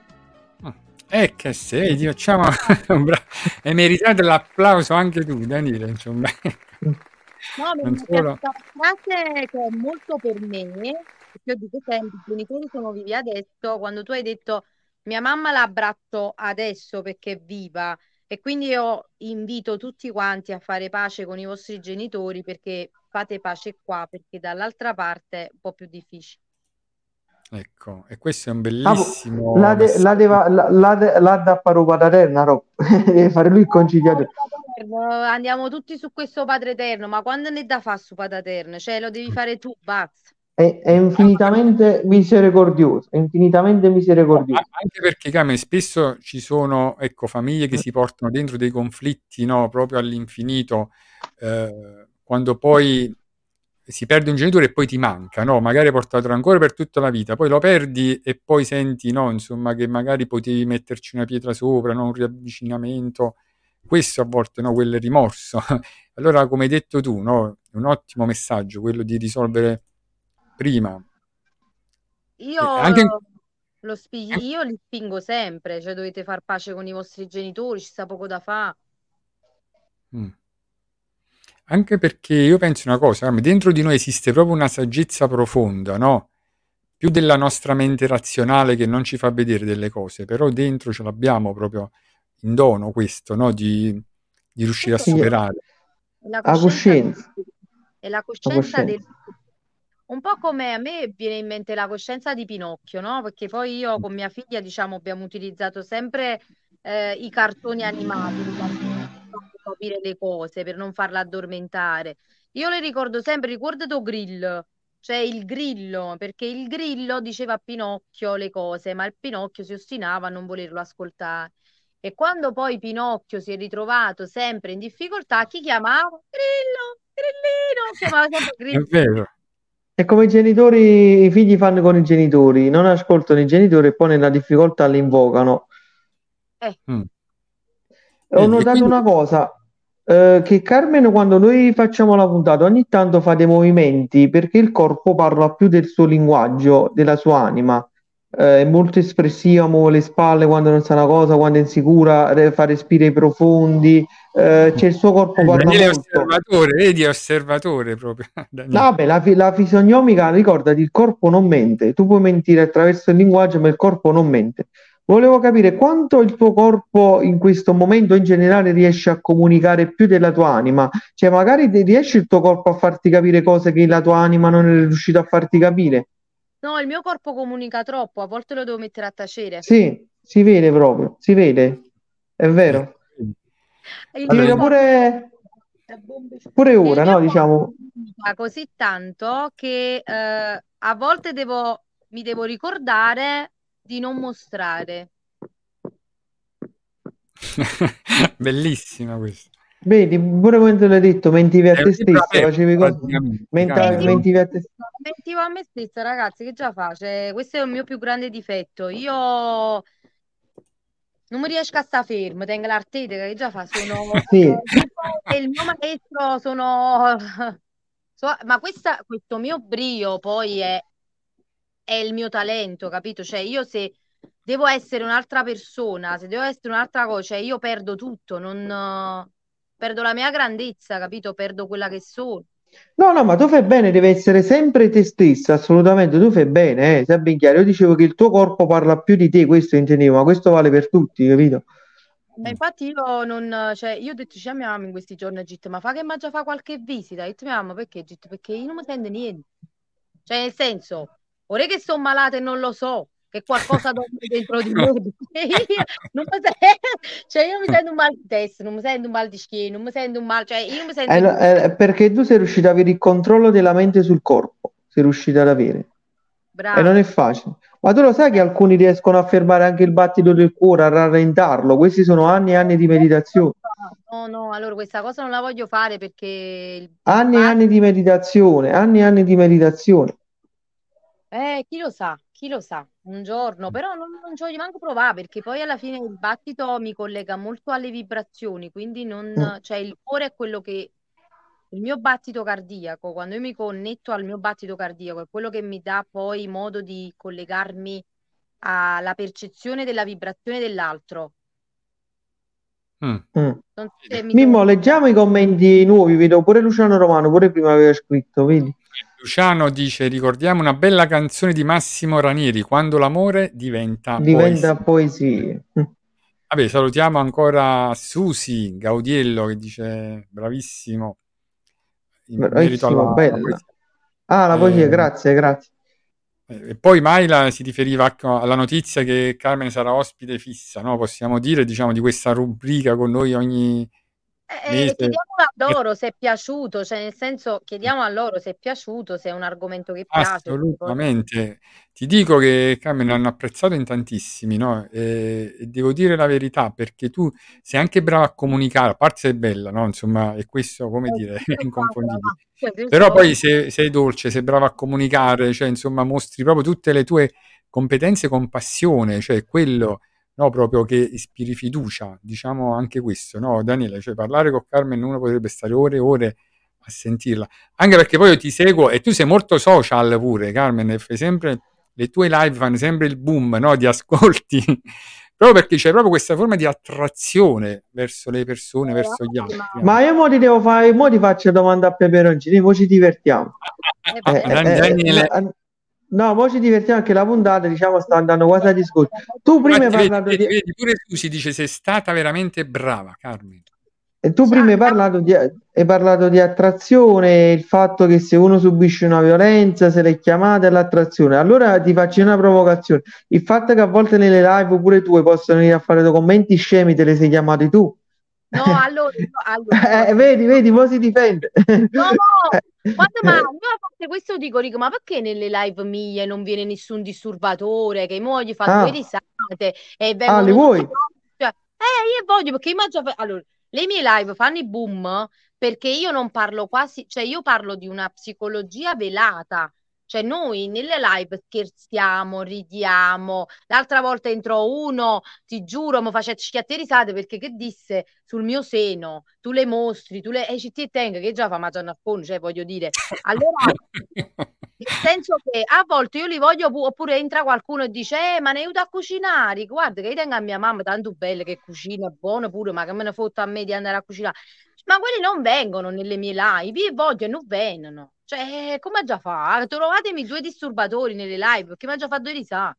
E che sei, ti facciamo un bra- e meritate l'applauso anche tu, Daniele, insomma.
No, mi
Non
è
solo.
piaciuta una frase che è molto per me, perché io dico sempre, i genitori sono vivi adesso, quando tu hai detto mia mamma l'abbraccio adesso perché è viva, e quindi io invito tutti quanti a fare pace con i vostri genitori, perché fate pace qua, perché dall'altra parte è un po' più difficile.
Ecco, e questo è un
Ah,
bellissimo
la, de, la,
messaggio.
deva, la, la, de- la da parupa da terna, no? Deve fare lui il conciliatore.
Andiamo tutti su questo Padre Eterno, ma quando ne da fa su Padre Eterno? Cioè lo devi fare tu, basta.
È, è infinitamente misericordioso, è infinitamente
No, a-
misericordioso.
anche perché, Carmen, spesso ci sono, ecco, famiglie che si portano dentro dei conflitti, no, proprio all'infinito, eh, quando poi si perde un genitore e poi ti manca, no? Magari hai portato rancore per tutta la vita, poi lo perdi e poi senti, no, insomma, che magari potevi metterci una pietra sopra, no? Un riavvicinamento. Questo a volte, no, quel rimorso. Allora, come hai detto tu, no, è un ottimo messaggio quello di risolvere prima.
Io,
E anche,
lo spi- io li spingo sempre, cioè dovete far pace con i vostri genitori, ci sta poco da fare.
Mm. Anche perché io penso una cosa, Carmen, dentro di noi esiste proprio una saggezza profonda, no? Più della nostra mente razionale che non ci fa vedere delle cose, però dentro ce l'abbiamo proprio in dono questo, no? Di, di riuscire a
Questo
Sì,
superare.
è la
la
coscienza,
coscienza,
è la
la
coscienza del...
coscienza.
Un po' come a me viene in mente la coscienza di Pinocchio, no? Perché poi io con mia figlia, diciamo, abbiamo utilizzato sempre eh, i cartoni animati per farle capire le cose, per non farla addormentare. Io le ricordo sempre, ricordati Grillo, cioè il grillo, perché il grillo diceva a Pinocchio le cose, ma il Pinocchio si ostinava a non volerlo ascoltare. E quando poi Pinocchio si è ritrovato sempre in difficoltà, chi chiamava? Grillo, Grillino, chiamava sempre
È
Grillo.
vero.
È come i genitori, i figli fanno con i genitori, non ascoltano i genitori e poi nella difficoltà li invocano.
Eh,
Mm.
Ho
Vedi? E
notato
quindi
una cosa, eh, che Carmen quando noi facciamo la puntata ogni tanto fa dei movimenti perché il corpo parla più del suo linguaggio, della sua anima. Eh, è molto espressiva, muove le spalle quando non sa una cosa, quando è insicura, re- fa respiri profondi, eh, c'è il suo corpo
eh,
parla
Daniele è
molto.
osservatore, vedi, è osservatore proprio,
No,
Daniele.
vabbè, la, fi- la fisionomica, ricordati, il corpo non mente. Tu puoi mentire attraverso il linguaggio, ma il corpo non mente. Volevo capire quanto il tuo corpo in questo momento in generale riesce a comunicare più della tua anima. Cioè, magari ti- riesce il tuo corpo a farti capire cose che la tua anima non è riuscita a farti capire.
no, il mio corpo comunica troppo, a volte lo devo mettere a tacere.
Sì, si vede proprio, si vede, è
Ecco,
vero.
vedi.
Il
Si
mio
Allora,
vede
io-
corpo,
pure, pure
il
ora,
mio
no?
corpo
Diciamo,
comunica così tanto che eh, a volte devo, mi devo ricordare di non mostrare.
bellissima questa.
vedi, pure quando l'hai detto, mentivi a
È un
te
libro
stessa,
aperto
facevi cose,
praticamente,
menta-
Carmen.
Mentivo,
Non...
mentivi a te stessa.
mentivo a me stessa, ragazzi, che già fa? Cioè, questo è il mio più grande difetto. Io non mi riesco a stare fermo, tengo l'artete che già fa, sono
Sì.
e il mio maestro sono so- ma questa, questo mio brio poi è, è il mio talento, capito? Cioè io se devo essere un'altra persona, se devo essere un'altra cosa, cioè io perdo tutto, non eh, perdo la mia grandezza, capito? Perdo quella che sono.
No, no, ma tu fai bene, deve essere sempre te stessa, assolutamente, tu fai bene, eh, sai ben chiaro. Io dicevo che il tuo corpo parla più di te, questo intendevo, ma questo vale per tutti, capito?
Ma infatti io non, cioè, io ho detto a mia mamma in questi giorni, ho detto, ma fa che mangia fa qualche visita? Ho detto, mia mamma, perché? Ho detto, perché io non mi sento niente. Cioè, nel senso, ora che sono malata e non lo so, che qualcosa dorme dentro di me, perché io non mi sento, cioè, io non mi sento un mal di testa, non mi sento un mal di schiena, non mi sento un mal, cioè, io mi
È,
sento giusto.
è perché tu sei riuscito ad avere il controllo della mente sul corpo, sei riuscito ad avere. E non
Bravo.
è facile. Ma tu lo sai che alcuni riescono a fermare anche il battito del cuore, a rallentarlo? Questi sono anni e anni di meditazione.
No, no, allora questa cosa non la voglio fare perché il, il
Anni e
battito.
anni di meditazione, anni e anni di meditazione.
Eh, chi lo sa, chi lo sa, un giorno, però non, non ci voglio manco provare perché poi alla fine il battito mi collega molto alle vibrazioni, quindi
Mm,
non, cioè il cuore è quello che, il mio battito cardiaco, quando io mi connetto al mio battito cardiaco, è quello che mi dà poi modo di collegarmi alla percezione della vibrazione dell'altro.
Mm.
mm.
Non so se mi sono
Mimmo, leggiamo i
spiegata.
commenti nuovi, vedo pure Luciano Romano, pure prima aveva scritto, vedi?
Luciano dice: ricordiamo una bella canzone di Massimo Ranieri, Quando l'amore diventa
Diventa
poesia.
poesia. Mm,
Vabbè, salutiamo ancora Susi Gaudiello che dice bravissimo in merito alla,
bravissimo,
alla
bella.
poesia.
Ah, la poesia,
Eh,
grazie, grazie.
E poi Maila si riferiva a- alla notizia che Carmen sarà ospite fissa, no? Possiamo dire, diciamo, di questa rubrica con noi ogni
Eh, eh,
mese.
chiediamo a loro se è piaciuto, cioè nel senso chiediamo a loro se è piaciuto, se è un argomento che piace.
Assolutamente. Ti dico che Carmen hanno apprezzato in tantissimi, no? E, e devo dire la verità, perché tu sei anche brava a comunicare, a parte sei bella, no? Insomma, e questo, come
Eh,
dire,
sì,
è
lo so,
inconfondibile.
cioè, io
Però
so-
poi sei, sei dolce, sei brava a comunicare, cioè, insomma, mostri proprio tutte le tue competenze con passione, cioè quello, no, proprio che ispiri fiducia, diciamo anche questo, no, Daniele? Cioè parlare con Carmen uno potrebbe stare ore e ore a sentirla. Anche perché poi io ti seguo e tu sei molto social pure, Carmen, e fai sempre, le tue live fanno sempre il boom, no, di ascolti, proprio perché c'è proprio questa forma di attrazione verso le persone, verso gli
eh,
altri.
ma
Ma io mo ti devo fare, mo ti faccio domanda a peperoncini, mo ci divertiamo.
eh,
Eh,
beh,
eh, eh, no,
Daniele,
eh, no, mo ci divertiamo che la puntata, diciamo, sta andando quasi a discorso. Tu prima hai
infatti, vedi,
parlato
vedi,
di,
vedi, pure tu si dice sei stata veramente brava, Carmen.
e tu
già,
prima hai
già,
parlato di, hai parlato di attrazione, il fatto che se uno subisce una violenza, se l'è chiamata è l'attrazione. Allora ti faccio una provocazione. Il fatto che a volte nelle live pure tu possono venire a fare dei commenti scemi, te le sei chiamati tu.
no, allora, io- allora,
Eh,
allora,
vedi, vedi, mo si difende.
no, no, quando, ma
Eh,
io a volte questo dico, dico, ma perché nelle live mie non viene nessun disturbatore che mo gli fa due
ah,
risate e
ah, li
vengono tutti
vuoi?
pronti? Cioè, eh, io voglio perché immagino, allora, le mie live fanno i boom perché io non parlo quasi, cioè io parlo di una psicologia velata. Cioè noi nelle live scherziamo, ridiamo. L'altra volta entrò uno, ti giuro, mi faceva schiattare risate perché che disse sul mio seno, tu le mostri, tu le... E ci ti tengo, che già fa mangiare a fondo, cioè voglio dire. Allora, nel senso che a volte io li voglio, pu- oppure entra qualcuno e dice, eh, ma ne aiuto a cucinare, guarda che io tengo a mia mamma tanto bella che cucina, è buona pure, ma che me ne fotte a me di andare a cucinare. Ma quelli non vengono nelle mie live, io voglio e non vengono. Cioè, come già fa? Trovatemi due disturbatori nelle live, perché mi ha già fatto due risate.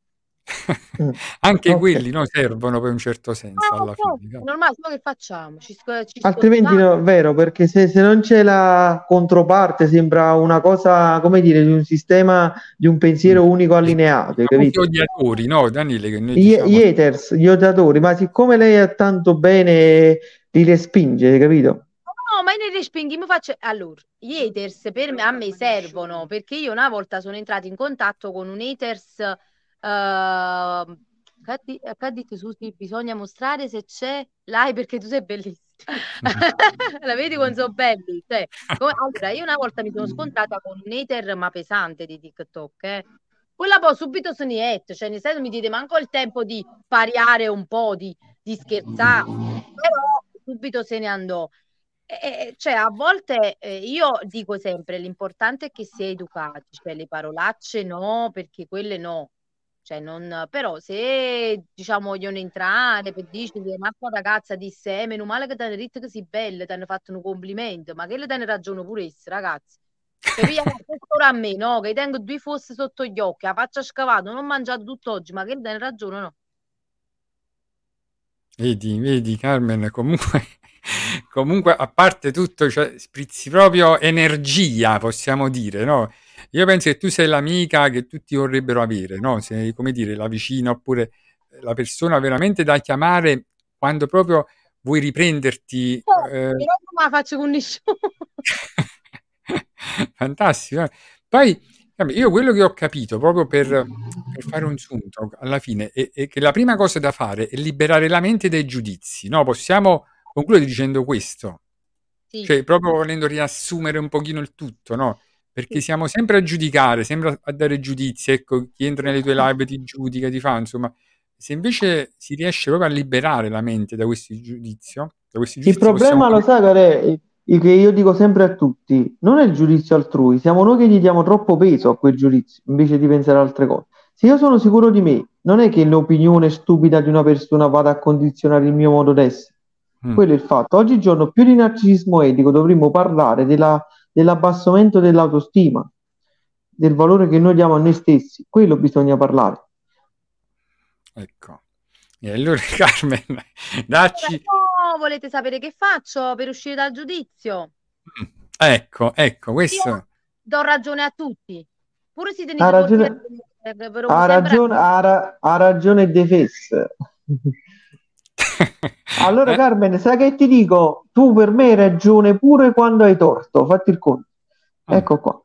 Mm,
Anche
ok.
quelli, no, servono per un certo senso
Ah,
alla
ok,
fine.
è
Carmen.
normale, ma che facciamo? Ci, sc- ci
Altrimenti
scocciamo?
no, è vero, perché se, se non c'è la controparte sembra una cosa, come dire, di un sistema, di un
Mm.
pensiero unico
I
allineato, hai
famosi
capito?
odiatori, no, Daniele, che noi
Gli,
diciamo.
gli haters, gli odiatori, ma siccome lei ha tanto bene, li respinge, hai capito?
No, ma ne respinghi, mi faccio... Allora, gli haters per me, a me servono, perché io una volta sono entrata in contatto con un haters, eh, che ha di- che ha detto, Susi, bisogna mostrare se c'è, l'hai perché tu sei bellissima. La vedi quando sono belli? Cioè, come- allora, io una volta mi sono scontrata con un hater, ma pesante di TikTok, eh. Quella poi subito se ne è, cioè nel senso mi dite manco il tempo di pariare un po', di di scherzare, però subito se ne andò. E, cioè, a volte eh, io dico sempre, l'importante è che si è educati, cioè le parolacce no, perché quelle no. Cioè, non, però se diciamo vogliono entrare per dire che ma sta ragazza disse eh, meno male che ti hanno detto che sei bella, ti hanno fatto un complimento, ma che le danno ragione pure esse, ragazzi. Cioè, piglia ora a me, no? Che tengo due fosse sotto gli occhi, la faccia scavata, non ho mangiato tutto oggi, ma che le danno ragione, no?
Vedi, vedi Carmen, comunque, comunque a parte tutto, cioè, sprizzi proprio energia, possiamo dire, no? Io penso che tu sei l'amica che tutti vorrebbero avere, no? Sei, come dire, la vicina oppure la persona veramente da chiamare quando proprio vuoi riprenderti.
Oh,
eh,
però non la faccio con nessuno.
Fantastico. eh. Poi, vabbè, io quello che ho capito proprio per, per fare un sunto alla fine è, è che la prima cosa da fare è liberare la mente dai giudizi, no? Possiamo concludere dicendo questo,
Sì,
cioè proprio volendo riassumere un pochino il tutto, no? Perché
sì.
siamo sempre a giudicare, sempre a dare giudizi, ecco, chi entra nelle tue live ti giudica, ti fa, insomma, se invece si riesce proprio a liberare la mente da questi giudizio, da questi
Il
giudizi, possiamo
problema, lo sai, qual è? Il che io dico sempre a tutti, non è il giudizio altrui, siamo noi che gli diamo troppo peso a quel giudizio invece di pensare ad altre cose. Se io sono sicuro di me, non è che l'opinione stupida di una persona vada a condizionare il mio modo d'essere.
Mm,
Quello è il fatto. Oggigiorno, più di narcisismo etico, dovremmo parlare della- dell'abbassamento dell'autostima, del valore che noi diamo a noi stessi. Quello bisogna parlare.
ecco. E allora Carmen,
Allora,
dacci.
no, volete sapere che faccio per uscire dal giudizio?
Mm, ecco, ecco,
Io
questo.
do ragione a tutti. Pure se
Ha
tenete forti
ragione,
ragioni, eh, però
ha
sempre
ragione, ha, ra- ha ragione De Fes. Allora,
Eh,
Carmen, sai che ti dico? Tu per me hai ragione pure quando hai torto. Fatti il conto.
mm,
Ecco qua.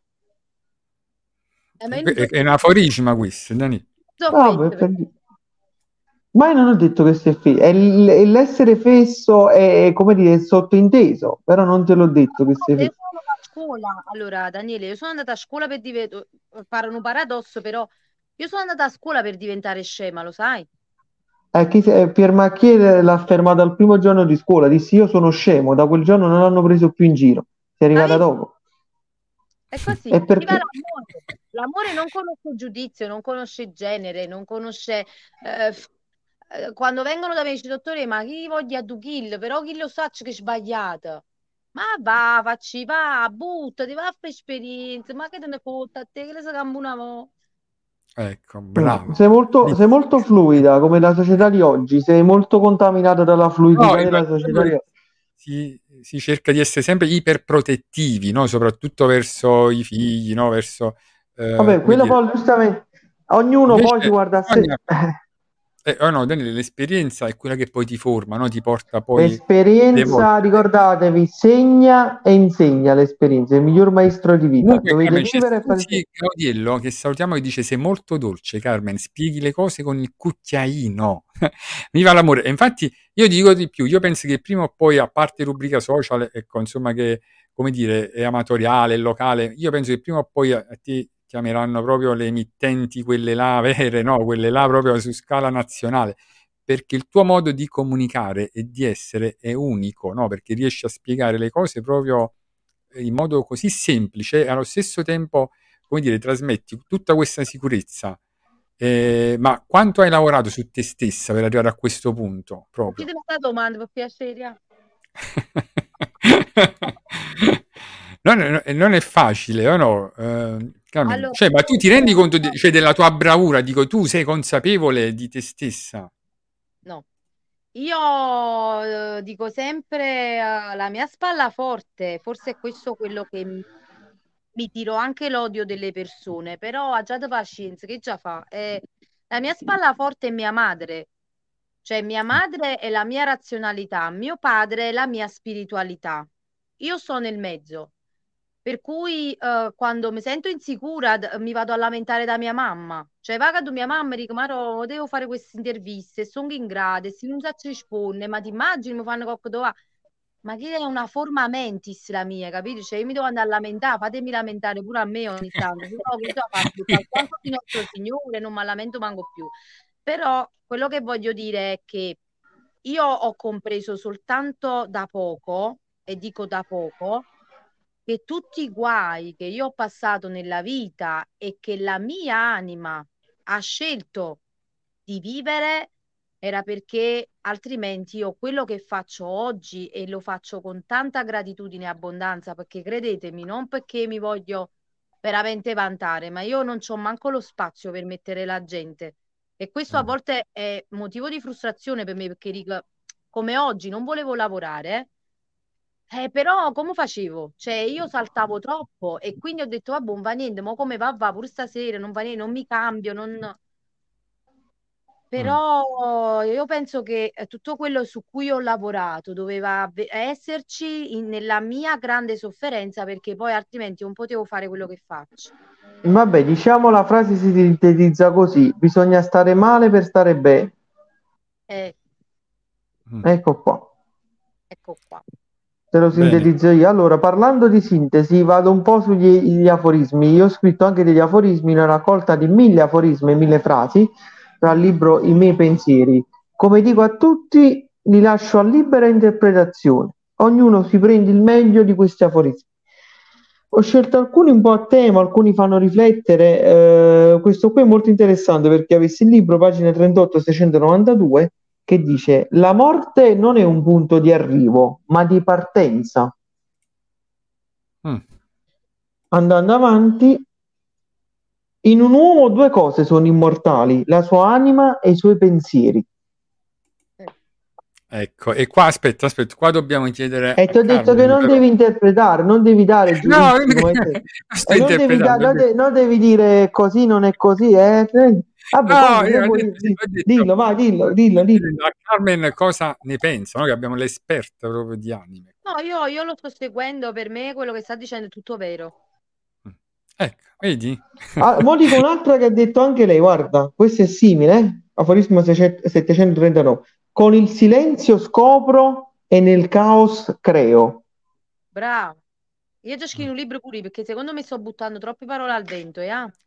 eh, ma io
è,
non so,
è un aforisma questo, Dani.
so
Vabbè,
fesse,
per- ma io non ho detto che sei fesso. È l- l'essere fesso è, come dire, sottointeso, però non te l'ho detto che sei
se io
fesso.
sono andata a scuola, allora Daniele, io sono andata a scuola per diventare, fare un paradosso, però io sono andata a scuola per diventare scema, lo sai?
Eh, chi se- eh, Pier Macchiere l'ha affermato al primo giorno di scuola, disse io sono scemo, da quel giorno non l'hanno preso più in giro. È
Hai
arrivata
visto?
dopo.
È così,
E
viva
perché?
l'amore. L'amore non conosce giudizio, non conosce genere, non conosce... eh, f- eh, quando vengono da me i dottori, ma chi voglia tu kill, però chi lo sa che è sbagliato. Ma va, facci, va, buttati, va a fare esperienze, ma che te ne fotte a te, che le sa cambiare una volta.
Ecco,
Mm.
brava.
Sei molto, sei molto
Bellissimo.
fluida come la società di oggi, sei molto contaminata dalla
No,
fluidità
ma
della società
proprio
di oggi.
si, si cerca di essere sempre iperprotettivi, no? Soprattutto verso i figli, no? Verso, eh,
Vabbè,
come
quello
dire,
poi giustamente, ognuno poi si
invece
guarda a sé.
bisogna, eh, oh no, Daniele, l'esperienza è quella che poi ti forma, no? Ti porta poi ad
Esperienza,
evolvere.
ricordatevi, segna e insegna l'esperienza, è il miglior maestro di vita.
Comunque,
Dovete
Carmen, c'è
vivere e fare
Susi Gaudiello che salutiamo che dice: Sei molto dolce, Carmen. Spieghi le cose con il cucchiaino. Viva l'amore. E infatti, io dico di più. Io penso che prima o poi, a parte rubrica social, ecco, insomma, che come dire, è amatoriale, è locale. Io penso che prima o poi a, a te chiameranno proprio le emittenti, quelle là vere, no? Quelle là proprio su scala nazionale. Perché il tuo modo di comunicare e di essere è unico, no? Perché riesci a spiegare le cose proprio in modo così semplice e allo stesso tempo, come dire, trasmetti tutta questa sicurezza. Eh, ma quanto hai lavorato su te stessa per arrivare a questo punto proprio?
Facete una domanda per piacere.
Non è, non è facile, o no? Eh, Carmen?
Allora,
Cioè, ma tu ti rendi conto di- cioè, della tua bravura? Dico, tu sei consapevole di te stessa?
no. Io eh, dico sempre eh, la mia spalla forte, forse è questo quello che mi, mi tiro anche l'odio delle persone, però abbiate pazienza, che già fa? Eh, la mia spalla forte è mia madre, cioè mia madre è la mia razionalità, mio padre è la mia spiritualità. Io sto nel mezzo. Per cui eh, quando mi sento insicura d- mi vado a lamentare da mia mamma. Cioè, vado da mia mamma e dico, ma no, devo fare queste interviste, sono in grado, e se non so rispondere, ma ti immagini mi fanno qualcosa va? Ma che è una forma mentis la mia, capito? Cioè, io mi devo andare a lamentare, fatemi lamentare pure a me ogni tanto. Però che già faccio? Al tanto di nostro Signore, non mi lamento manco più. Però quello che voglio dire è che io ho compreso soltanto da poco, e dico da poco, che tutti i guai che io ho passato nella vita e che la mia anima ha scelto di vivere era perché altrimenti io quello che faccio oggi, e lo faccio con tanta gratitudine e abbondanza, perché credetemi, non perché mi voglio veramente vantare, ma io non c'ho manco lo spazio per mettere la gente, e questo a
Mm.
volte è motivo di frustrazione per me, perché dico, come oggi non volevo lavorare, eh, però come facevo? Cioè io saltavo troppo, e quindi ho detto vabbè, non va niente, ma come va va pure stasera, non va niente, non mi cambio, non...
Mm.
Però io penso che eh, tutto quello su cui ho lavorato doveva avve- esserci in- nella mia grande sofferenza, perché poi altrimenti non potevo fare quello che faccio.
Vabbè, diciamo la frase si sintetizza così: bisogna stare male per stare bene.
Eh,
Mm.
Ecco qua,
ecco qua.
te lo
Bene.
sintetizzo io. Allora, parlando di sintesi, vado un po' sugli gli aforismi. Io ho scritto anche degli aforismi, una raccolta di mille aforismi e mille frasi dal libro I miei pensieri. Come dico a tutti, li lascio a libera interpretazione. Ognuno si prende il meglio di questi aforismi. Ho scelto alcuni un po' a tema, alcuni fanno riflettere. Eh, questo qui è molto interessante perché avessi il libro, pagina trentotto seicentonovantadue, che dice: la morte non è un punto di arrivo, ma di partenza.
Mm.
Andando avanti, in un uomo due cose sono immortali: la sua anima e i suoi pensieri.
Ecco, e qua aspetta, aspetta, qua dobbiamo chiedere
E
a
ti ho detto che
Carmen,
non
però.
devi interpretare, non devi dare
No,
giudizi
non
come te.
sto
E non devi, da-
interpretando.
non de- non devi dire così, non è così. Eh. Vabbè,
No,
comunque, se
io ho
vuoi,
detto,
di-
ho detto
dillo, vai, dillo, dillo, dillo.
a Carmen cosa ne pensa, no? Che abbiamo l'esperta proprio di anime.
No, io, io lo sto seguendo, per me quello che sta dicendo è tutto vero.
Mm. Ecco, vedi?
Ah, mo dico un'altra che ha detto anche lei, guarda, questo è simile, eh? Aforismo seicento settecentotrentanove. Con il silenzio scopro e nel caos creo.
Bravo. Io già scrivo un libro pure perché secondo me sto buttando troppe parole al vento, eh? ah.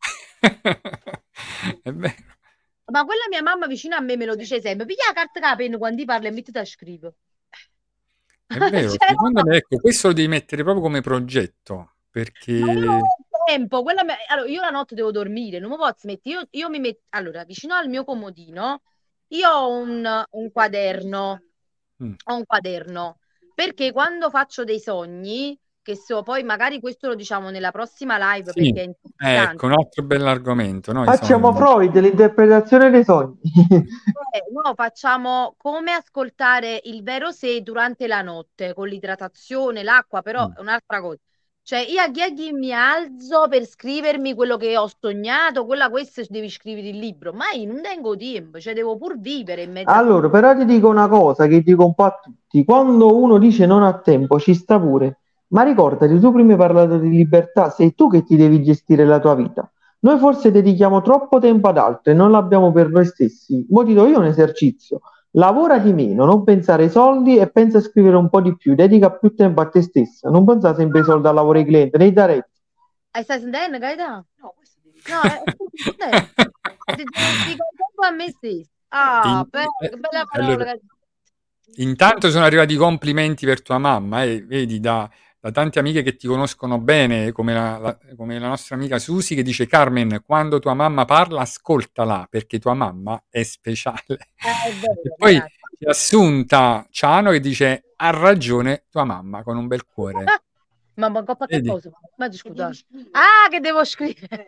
È vero.
Ma quella mia mamma vicino a me me lo dice sempre: piglia la carta con la penna quando ti parli e mettiti a scrivere.
È vero,
Cioè,
secondo
no,
me, ecco, questo lo devi mettere proprio come progetto, perché...
ma io non ho tempo. Quella me- Allora, io la notte devo dormire, non mi posso mettere. Io, io mi metto. Allora, vicino al mio comodino, io ho un, un quaderno.
Mm.
Ho un quaderno. Perché quando faccio dei sogni, che so, poi magari questo lo diciamo nella prossima live
Sì,
perché è
ecco,
interessante.
un altro bell'argomento, no? I
Facciamo
sogni.
Freud, l'interpretazione dei sogni.
Eh, no, facciamo come ascoltare il vero sé durante la notte con l'idratazione, l'acqua, però
Mm.
è un'altra cosa. Cioè, io a Ghiaghi mi alzo per scrivermi quello che ho sognato, quella questa devi scrivere il libro, ma io non tengo tempo, cioè devo pur vivere in mezzo a tutto.
Allora, però ti dico una cosa che dico un po' a tutti: quando uno dice non ha tempo, ci sta pure. Ma ricordati, tu prima hai parlato di libertà, sei tu che ti devi gestire la tua vita. Noi forse dedichiamo troppo tempo ad altro e non l'abbiamo per noi stessi. Mo ti do io un esercizio: lavora di meno, non pensare ai soldi e pensa a scrivere un po' di più, dedica più tempo a te stessa, non pensare sempre ai soldi al lavoro ai clienti, nei diretti.
Eh, stai sentendo, Gaetano? No, questo devi No, eh, sto sentendo. Dico dico tempo a me stesso. Ah,
In-
bella,
eh,
che bella
allora,
parola. che-
intanto sono arrivati i complimenti per tua mamma, eh, vedi, da, da tante amiche che ti conoscono bene, come la, la- come la nostra amica Susi, che dice: Carmen, quando tua mamma parla, ascoltala, perché tua mamma è speciale.
Eh, è
E
vero,
poi
grazie.
c'è Assunta Ciano che dice: ha ragione tua mamma, con un bel cuore.
Ma manco a che
Vedi?
cosa? Ma scusa. Ah, che devo scrivere.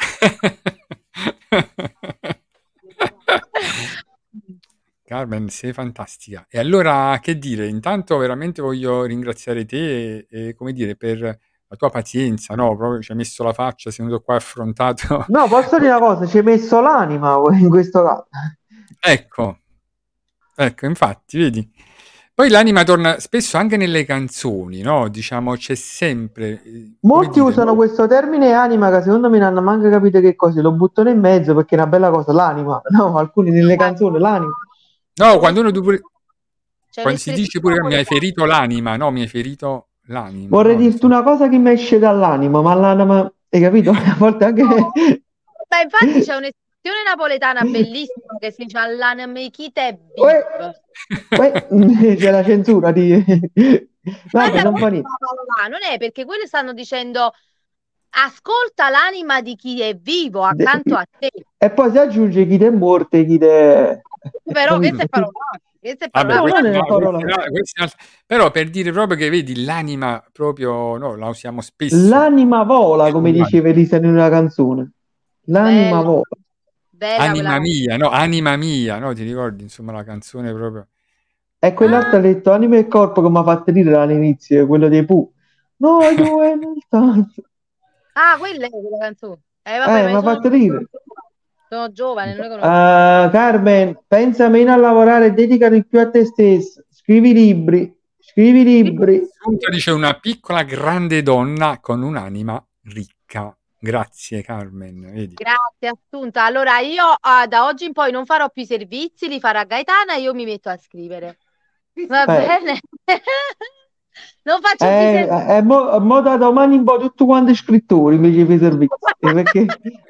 Carmen, sei fantastica. E allora, che dire? Intanto veramente voglio ringraziare te e, e, come dire, per la tua pazienza, no? Proprio ci hai messo la faccia, sei venuto qua e affrontato.
No, posso dire una cosa, ci hai messo l'anima in questo caso.
Ecco, ecco, infatti, vedi. Poi l'anima torna spesso anche nelle canzoni, no? Diciamo, c'è sempre, eh, come
Molti
dire,
usano
no?
questo termine anima che secondo me non hanno manco capito che cos'è, lo buttano in mezzo perché è una bella cosa, l'anima, no? Alcuni nelle canzoni, l'anima.
No, quando uno tu pure,
C'è
quando si
un'espressione
dice pure mi hai
napoletana.
ferito l'anima, no? Mi hai ferito l'anima,
Vorrei
no?
dirti
Insomma.
una cosa che mi esce dall'anima, ma l'anima, hai capito? A volte anche...
Ma infatti c'è un'espressione napoletana bellissima che si c'ha l'anima chi te
Uè,
vive.
uè, c'è la censura di...
Ma
Vabbè,
no,
non fa niente.
non è perché quelli stanno dicendo ascolta l'anima di chi è vivo accanto a te.
E poi si aggiunge chi te è morto e chi te...
Però
Capito?
questo è parolacce, questo è
Vabbè,
No,
questa
non
è
è
una-
una
questa
parola.
è una- questa è un'altra- però per dire proprio che vedi l'anima proprio, no, la usiamo spesso.
L'anima vola, come
Uguale.
diceva Elisa in una canzone. L'anima
Bella,
vola.
bella
Anima
quella.
mia, no, anima mia, no, ti ricordi, insomma, la canzone proprio.
E quell'altro
Ah,
ha detto anima e corpo che mi ha fatto ridere all'inizio, quello dei Pooh. Noi due nel tanto.
ah, quella è quella canzone. Eh, vabbè,
Eh,
ma
mi
io
ha
sono,
fatto ridere.
sono giovane, non le conosco.
Uh, Carmen, pensa meno a lavorare e dedicati più a te stesso. Scrivi libri, scrivi libri.
Assunta dice una piccola grande donna con un'anima ricca. Grazie Carmen, vedi.
Grazie, Assunta. Allora io ah, da oggi in poi non farò più i servizi, li farà Gaetana e io mi metto a scrivere. Va
Eh,
bene? Non faccio più i
eh,
servizi.
eh, mo, mo da domani un po' tutti quanti scrittori invece di servizi. Eh, perché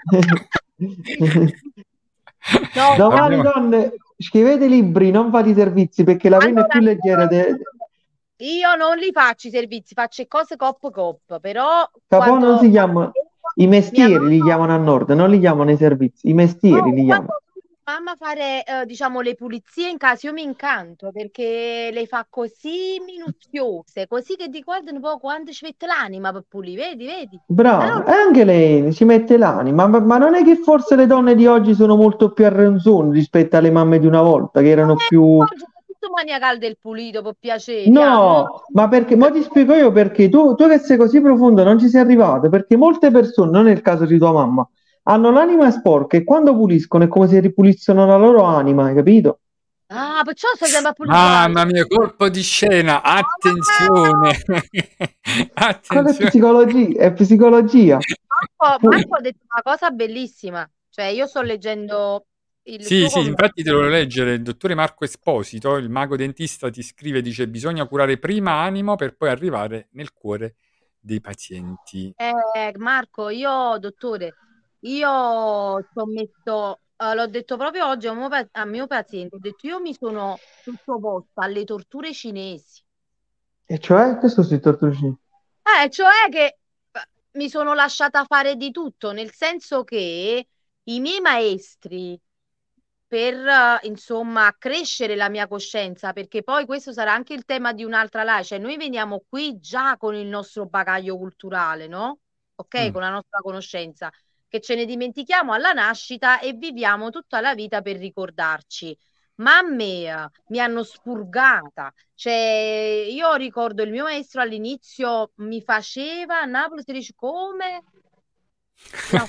No,
domani,
Abbiamo-
donne, scrivete libri, non fate i servizi perché la penna è
allora
più leggera. de-
io non li faccio i servizi, faccio cose cop cop, però
Capò non
quando
si chiama, i
mia
mestieri li
mamma
chiamano a nord, non li chiamano i servizi, i mestieri
oh,
li chiamano.
quando mamma fare eh, diciamo le pulizie in casa, io mi incanto perché le fa così minuziose, così che ti guardano un po' quanto ci mette l'anima per pulire, vedi, vedi?
Brava,
Allora,
e anche lei ci mette l'anima, ma, ma non è che forse le donne di oggi sono molto più arrenzoni rispetto alle mamme di una volta, che
non
erano
è
più...
oggi è tutto maniacale del pulito, per piacere, ah, mo-
No, ma perché, mo ti spiego io perché tu, tu che sei così profondo non ci sei arrivato, perché molte persone, non è il caso di tua mamma, hanno l'anima sporca e quando puliscono è come se ripulissero la loro anima, hai capito?
Ah, perciò stai sempre a pulire
Mamma
l'anima.
mia, colpo di scena,
Ah!
attenzione,
Quella è
attenzione.
psicologia, è psicologia.
Marco,
Pu-
Marco ha detto una cosa bellissima, cioè io sto leggendo il
Sì,
suo
sì,
commento.
infatti te lo voglio leggere. Il dottore Marco Esposito, il mago dentista, ti scrive, dice bisogna curare prima animo per poi arrivare nel cuore dei pazienti.
Eh, Marco, io, dottore, io ci ho messo, eh, l'ho detto proprio oggi a un mio, pa- a mio paziente, ho detto io mi sono sottoposta alle torture cinesi,
E cioè, questo si tortura.
eh, cioè che eh, mi sono lasciata fare di tutto, nel senso che i miei maestri per eh, insomma crescere la mia coscienza, perché poi questo sarà anche il tema di un'altra live, cioè noi veniamo qui già con il nostro bagaglio culturale, no? Ok,
Mm.
con la nostra conoscenza, che ce ne dimentichiamo alla nascita e viviamo tutta la vita per ricordarci. Ma a me eh, mi hanno spurgata, cioè io ricordo il mio maestro all'inizio mi faceva a Napoli, si dice come? No.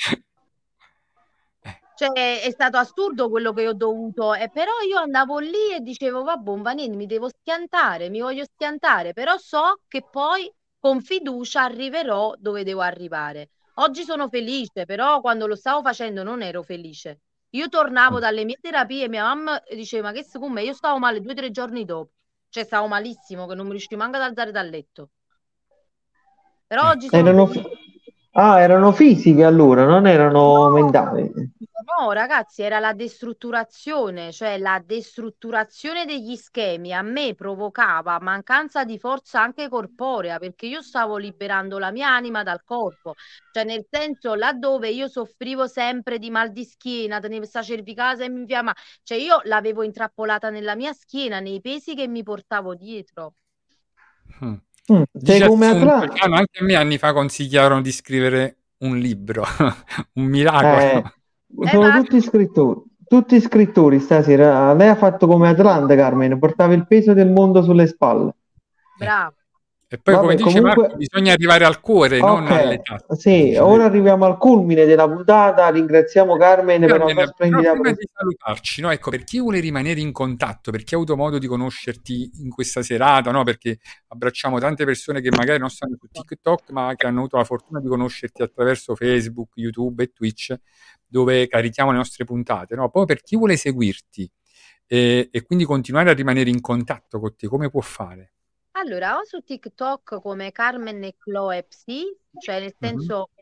Cioè, è stato assurdo quello che ho dovuto, e però io andavo lì e dicevo, vabbè, un niente, mi devo schiantare, mi voglio schiantare, però so che poi con fiducia arriverò dove devo arrivare. Oggi sono felice, però quando lo stavo facendo non ero felice. Io tornavo dalle mie terapie e mia mamma diceva, ma che secondo me io stavo male due o tre giorni dopo, cioè stavo malissimo, che non mi riuscivo manco ad alzare dal letto. Però oggi
Ecco.
sono
Erano,
felice.
ah, erano fisiche allora, non erano mentali.
No, ragazzi, era la destrutturazione, cioè la destrutturazione degli schemi a me provocava mancanza di forza anche corporea, perché io stavo liberando la mia anima dal corpo, cioè nel senso laddove io soffrivo sempre di mal di schiena, tenevo questa cervicale e mi infiamma, cioè io l'avevo intrappolata nella mia schiena, nei pesi che mi portavo dietro.
Mm.
Mm, sei
Dice
come
Assunta,
Atlanta.
Ciano, anche a me anni fa consigliarono di scrivere un libro, un miracolo.
Eh,
Eh,
sono
ma
tutti scrittori, tutti scrittori stasera. Lei ha fatto come Atlanta, Carmen, portava il peso del mondo sulle spalle.
bravo.
E poi, come
Vabbè,
dice Marco,
comunque,
bisogna arrivare al cuore, non alle
ok,
tasse.
sì,
Dice,
ora
vedi?
arriviamo al culmine della puntata. Ringraziamo Carmen per la sua
Carmen, però
splendida
prima di
presenza.
salutarci, no, ecco, per chi vuole rimanere in contatto, per chi ha avuto modo di conoscerti in questa serata, no, perché abbracciamo tante persone che magari non stanno su TikTok, ma che hanno avuto la fortuna di conoscerti attraverso Facebook, YouTube e Twitch, dove carichiamo le nostre puntate, no? Poi per chi vuole seguirti e, e quindi continuare a rimanere in contatto con te, come può fare?
Allora, o su TikTok come Carmen e Chloe Psi, cioè nel
Mhm.
senso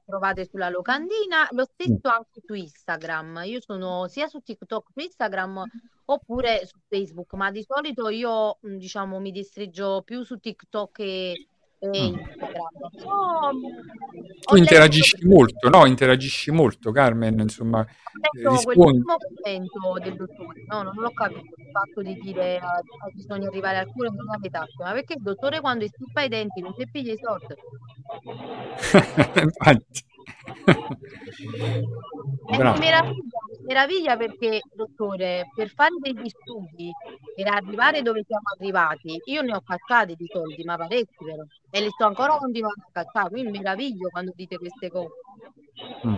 trovate sulla locandina, lo
Mm.
stesso anche su Instagram. Io sono sia su TikTok, su Instagram oppure su Facebook, ma di solito io mh, diciamo mi distreggio più su TikTok e, e
Mm.
Instagram. Però mh,
Tu
ho letto
interagisci molto, no? Interagisci molto, Carmen, insomma,
ho
eh,
letto
rispondi.
quell'ultimo commento del dottore, no, non l'ho capito, il fatto di dire ah, ah, bisogna arrivare al cuore non alle tasse, ma perché il dottore quando strippa i denti non ti piglia i soldi?
Infatti.
E mi
Bravo.
meraviglia, mi meraviglia perché, dottore, per fare degli studi, per arrivare dove siamo arrivati, io ne ho cacciati di soldi, ma parecchi però, e li sto ancora continuando a cacciare, quindi mi meraviglio quando dite queste cose.
Mm.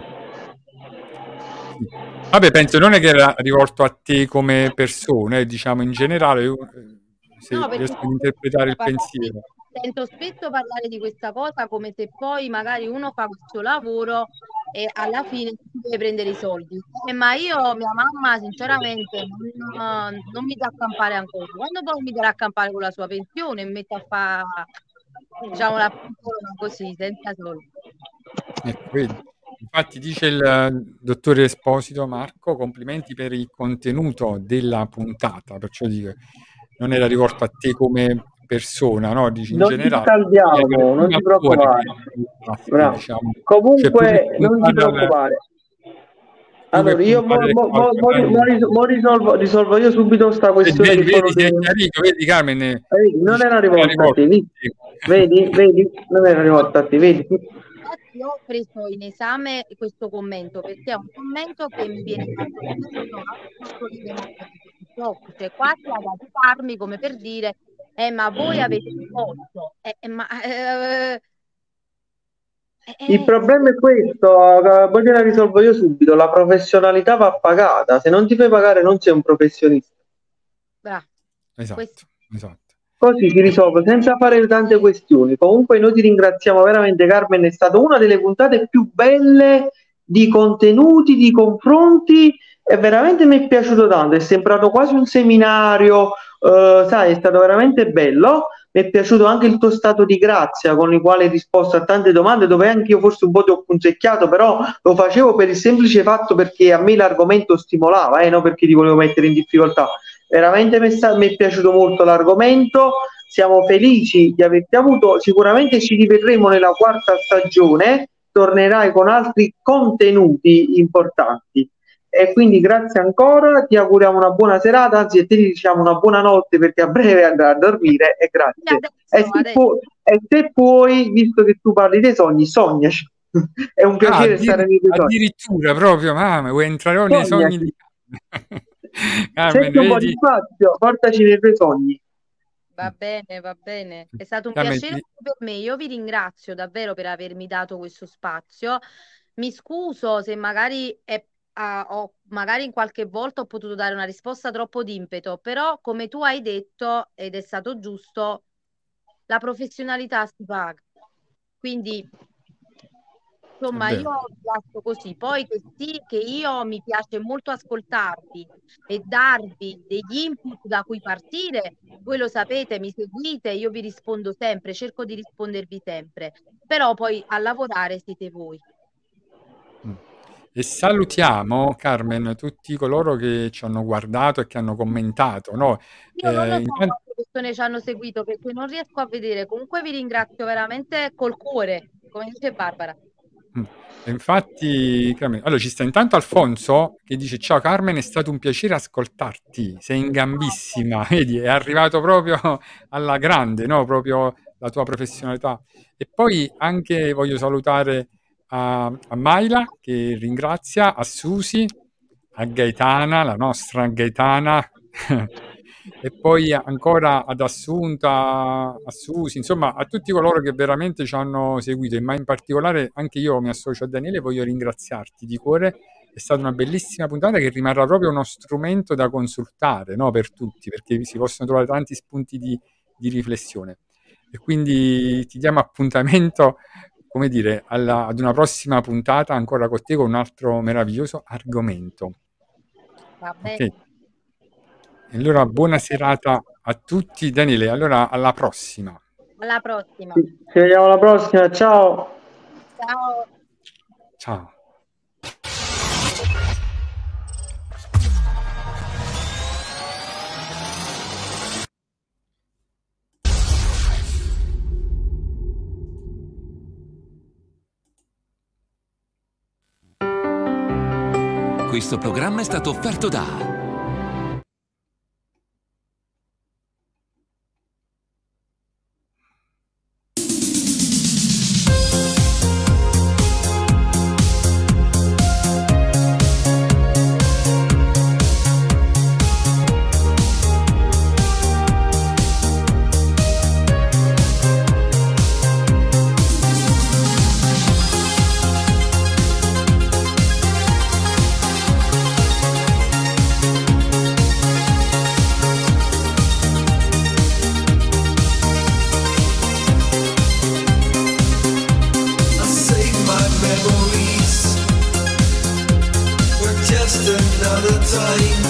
Sì. Vabbè, penso non è che era rivolto a te come persona, eh, diciamo in generale, io, eh, se
No, perché
riesco ad
sento
interpretare il
parlare,
pensiero.
sento spesso parlare di questa cosa come se poi magari uno fa questo lavoro e alla fine si deve prendere i soldi. Eh, ma io, mia mamma, sinceramente, non, non mi dà a campare ancora. Quando poi mi darà a campare con la sua pensione e mette a fare, diciamo, la pensione così, senza soldi.
Ecco, vedi. Infatti dice il eh, dottore Esposito, Marco, complimenti per il contenuto della puntata, perciò dico, non era rivolto a te come persona, no? Dici in
Non ci
generale, devi arrivare
scaldiamo, non
prima
ti
al cuore
preoccupare.
per aiutarti,
Bravo.
diciamo, cioè più che
Comunque, non ti
puntare al,
preoccupare.
più che
Allora, io mo,
puntare
mo-
ecco, al
mo- mo- mo-
guadagno.
ris- mo risolvo, risolvo io subito questa
Vedi,
questione
vedi,
che sono
vedi, si è
dei...
chiarito, vedi Carmen, eh,
Vedi, non
dici,
era
non era
rivolta a
rivolto
te,
a
vedi?
te.
Vedi, vedi, non era rivolta a te, vedi?
Infatti io ho preso in esame questo commento perché è un commento che mi viene fatto spesso anche sotto le note di TikTok, cioè quasi ad aiutarmi come per dire eh ma voi avete il posto, eh, eh, ma eh, eh,
Il
eh,
problema è questo, eh, poi te la risolvo io subito, la professionalità va pagata, se non ti fai pagare non sei un professionista.
bravo, questo
Esatto, esatto.
Così si risolve senza fare tante questioni. Comunque noi ti ringraziamo veramente, Carmen, è stata una delle puntate più belle di contenuti, di confronti e veramente mi è piaciuto tanto, è sembrato quasi un seminario, eh, sai, è stato veramente bello. Mi è piaciuto anche il tuo stato di grazia con il quale hai risposto a tante domande, dove anche io forse un po' ti ho punzecchiato, però lo facevo per il semplice fatto perché a me l'argomento stimolava, eh, non perché ti volevo mettere in difficoltà. Veramente mi, sta, mi è piaciuto molto l'argomento, siamo felici di averti avuto, sicuramente ci rivedremo nella quarta stagione, tornerai con altri contenuti importanti. E quindi grazie ancora, ti auguriamo una buona serata, anzi e ti diciamo una buona notte perché a breve andrà a dormire e grazie.
adesso,
E se,
adesso.
pu- e se puoi, visto che tu parli dei sogni, sognaci. È un piacere
Ah,
stare nei tuoi sogni.
addirittura proprio, mamma, vuoi entrare nei sogni di Carmen,
Senti un po' di
vedi?
spazio, portaci nei tuoi sogni.
Va bene, va bene. È stato un
Carmen,
piacere
ti-
per me. Io vi ringrazio davvero per avermi dato questo spazio. Mi scuso se magari, è, ah, ho, magari in qualche volta ho potuto dare una risposta troppo d'impeto, però come tu hai detto, ed è stato giusto, la professionalità si paga. Quindi, insomma,
è
io
vero.
vi lascio così. Poi che sì, che io mi piace molto ascoltarvi e darvi degli input da cui partire. Voi lo sapete, mi seguite, io vi rispondo sempre, cerco di rispondervi sempre. Però poi a lavorare siete voi.
Mm. E salutiamo, Carmen, tutti coloro che ci hanno guardato e che hanno commentato, no?
Io non lo
Eh,
so
intanto-
quante persone ci hanno seguito perché non riesco a vedere. Comunque vi ringrazio veramente col cuore, come dice Barbara.
Mm. E infatti, Carmen, allora ci sta intanto Alfonso che dice: Ciao Carmen, è stato un piacere ascoltarti, sei in gambissima, vedi, è arrivato proprio alla grande, no? Proprio la tua professionalità. E poi anche voglio salutare a, a Maila che ringrazia, a Susi, a Gaetana, la nostra Gaetana. E poi ancora ad Assunta, a Susi, insomma a tutti coloro che veramente ci hanno seguito, ma in particolare anche io mi associo a Daniele e voglio ringraziarti di cuore. È stata una bellissima puntata che rimarrà proprio uno strumento da consultare, no, per tutti, perché si possono trovare tanti spunti di, di riflessione. E quindi ti diamo appuntamento, come dire, alla, ad una prossima puntata ancora con te con un altro meraviglioso argomento.
Va bene.
Ok? E allora buona serata a tutti. Daniele, allora alla prossima.
Alla prossima.
Ci vediamo alla prossima, ciao.
Ciao.
Ciao.
Questo programma è stato offerto da
Another time